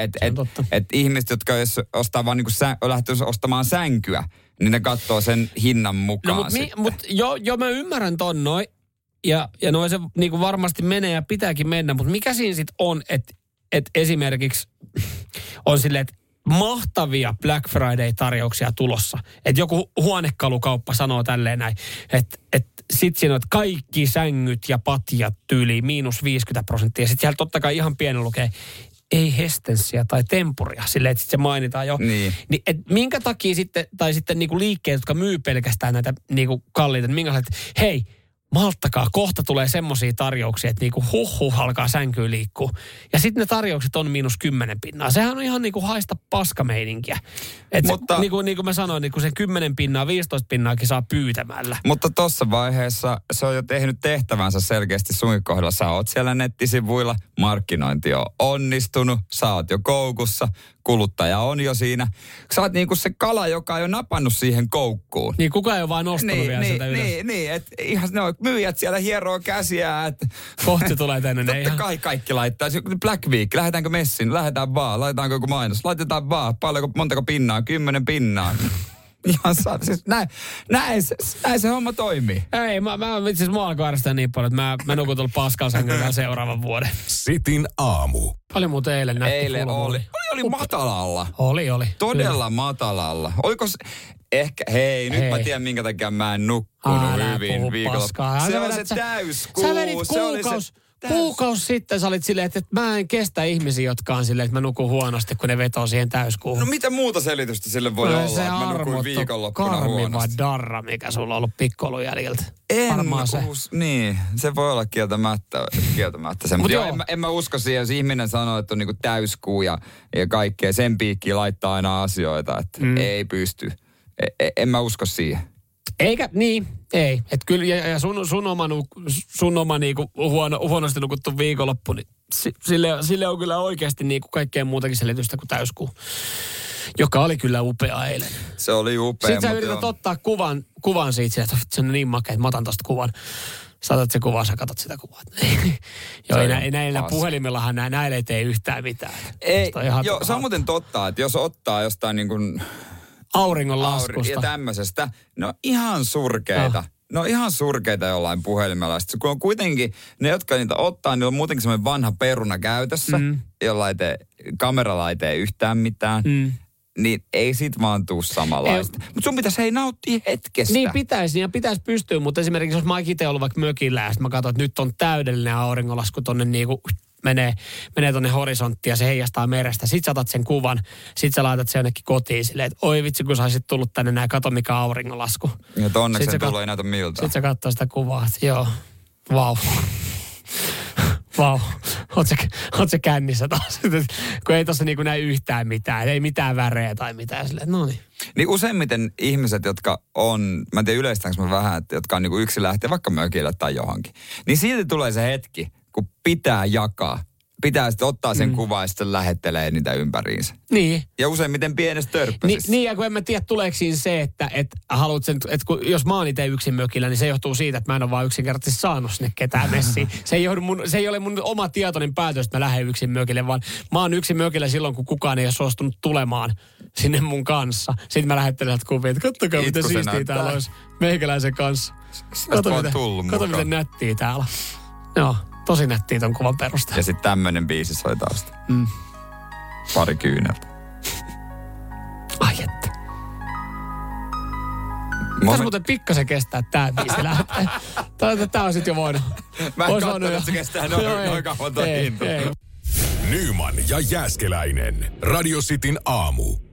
Että ihmiset, jotka ostaa vaan lähtee ostamaan sänkyä, niin ne katsoo sen hinnan mukaan. No, mutta mä ymmärrän ton noin. Ja noin se niinku varmasti menee ja pitääkin mennä. Mutta mikä siinä sitten on, että esimerkiksi on silleen, että mahtavia Black Friday-tarjouksia tulossa. Että joku huonekalukauppa sanoo tälleen näin, että sitten siinä on, että kaikki sängyt ja patjat tyyliin -50%. Sitten siellä totta kai ihan pienen lukee, ei Hestenssiä tai Tempuria, silleen, että sitten se mainitaan jo. Niin, et minkä takia sitten, tai sitten niinku liikkeet, jotka myy pelkästään näitä niinku kalliita, niin minkälaiset, hei, malttakaa, kohta tulee semmoisia tarjouksia, että niinku alkaa sänkyyn liikkuu. Ja sitten ne tarjoukset on -10 Sehän on ihan niinku haista paskameininkiä. Mutta niin kuin mä sanoin, niin kun sen 10 15 saa pyytämällä. Mutta tuossa vaiheessa se on jo tehnyt tehtävänsä selkeästi sunkin kohdalla. Sä oot siellä nettisivuilla, markkinointi on onnistunut, sä oot jo koukussa, kuluttaja on jo siinä. Sä oot niinku se kala, joka on jo napannut siihen koukkuun. Niin kukaan ei ole vaan nostanut vielä sitä ylös. Niin, että ihan ne on myyjät siellä hieroo käsiä. Että kohta tulee tänne. Totta kai kaikki laittaa. Black Week, lähdetäänkö messiin? Lähdetään vaan. Laitetaanko joku mainos? Laitetaan vaan. Montako pinnaa? 10 pinnaa. Ihan siis näin se homma toimii. Ei, mä itse asiassa mua alkoi arvostaa niin paljon, että mä nukun tuolla paskalsängyllä seuraavan vuoden. Sitin aamu. Paljon muuten eilen nähty. Eilen oli matalalla. Oli. Todella matalalla. Oliko se, ehkä, nyt mä tiedän minkä takia mä en nukkunut hyvin viikolla. Se on se täyskuu. Sä vedit Kuukausi sitten sä olit silleen, että mä en kestä ihmisiä, jotka on silleen, että mä nukun huonosti, kun ne vetoo siihen täyskuuhun. No mitä muuta selitystä sille voi olla, että mä nukuin viikonloppuna huonosti? Darra, mikä sulla on ollut pikkuilun jäljiltä. Niin, se voi olla kieltämättä se. Mutta en mä usko siihen, jos ihminen sanoo, että on niinku täyskuu ja kaikkea, sen piikkiin laittaa aina asioita, että ei pysty. En mä usko siihen. Eikä, niin, ei. Että kyllä, ja sun oma niinku huonosti nukuttu viikonloppu, niin sille on kyllä oikeasti niinku kaikkea muutakin selitystä kuin täyskuu. Joka oli kyllä upea eilen. Se oli upea. Sitten sä yrität ottaa kuvan siitä, että se on niin makea, että mä otan tosta kuvan. Sä otat se kuvan, sä katot sitä kuvaa. Joo, näillä puhelimellahan näillä ei tee yhtään mitään. Ei, joo, se on muuten totta, että jos ottaa jostain niin kuin auringonlaskusta ja tämmöisestä, no ihan surkeita. No ihan surkeita jollain puhelimella. Sitten kun on kuitenkin, ne jotka niitä ottaa, niin on muutenkin semmoinen vanha peruna käytössä, jolla kameralla ei tee yhtään mitään. Niin ei sit vaan tuu samanlaista. Mutta sun pitäisi nauttia hetkestä. Niin pitäisi pystyä, mutta esimerkiksi jos mä oon itse ollut vaikka mökillä ja mä katson, että nyt on täydellinen auringonlasku tonne niinku menee tonne horisonttiin ja se heijastaa merestä. Sit sä otat sen kuvan, sit sä laitat sen jonnekin kotiin silleen, että oi vitsi kun sä olisit tullut tänne näin, kato mikä auringonlasku. Ja onneksi sen tulo ei näytä miltä. Sit sä katsoo sitä kuvaa, että joo, vau. Vau, oot se kännissä taas, kun ei tossa niinku näe yhtään mitään, ei mitään värejä tai mitään, silleen, no niin. Niin useimmiten ihmiset, jotka on, mä en tiedä yleistäänkö mä vähän, että jotka on niinku yksin lähtee vaikka mökille tai johonkin, niin silti tulee se hetki, kun pitää jakaa. Pitää sitten ottaa sen kuvan ja sitten lähettelee niitä ympäriinsä. Niin. Ja useimmiten pienestä törppäisessä. Niin, ja kun en mä tiedä, tuleeko siinä se, että haluat sen, että jos mä oon itse yksin mökillä, niin se johtuu siitä, että mä en ole vaan yksinkertaisesti saanut sinne ketään messiin. Se ei ole mun oma tietoinen päätös, että mä lähden yksin mökille, vaan mä oon yksin mökillä silloin, kun kukaan ei ole suostunut tulemaan sinne mun kanssa. Sitten mä lähettelen sieltä kuvia, että kattokaa miten siistiä täällä olisi meikäläisen kanssa. Kato miten nättiä täällä. Joo. Tosi nättiä ton kuvan perusteella. Ja sitten tämmönen biisi soi tausta. Pari kyyneltä. Ai että. Tässä muuten pikkasen kestää tää biisi lähtee. Tää on sit jo voinut. Mä en katsonut, että se kestää noin kauan toi hinta. Nyman ja Jääskeläinen. Radio Cityn aamu.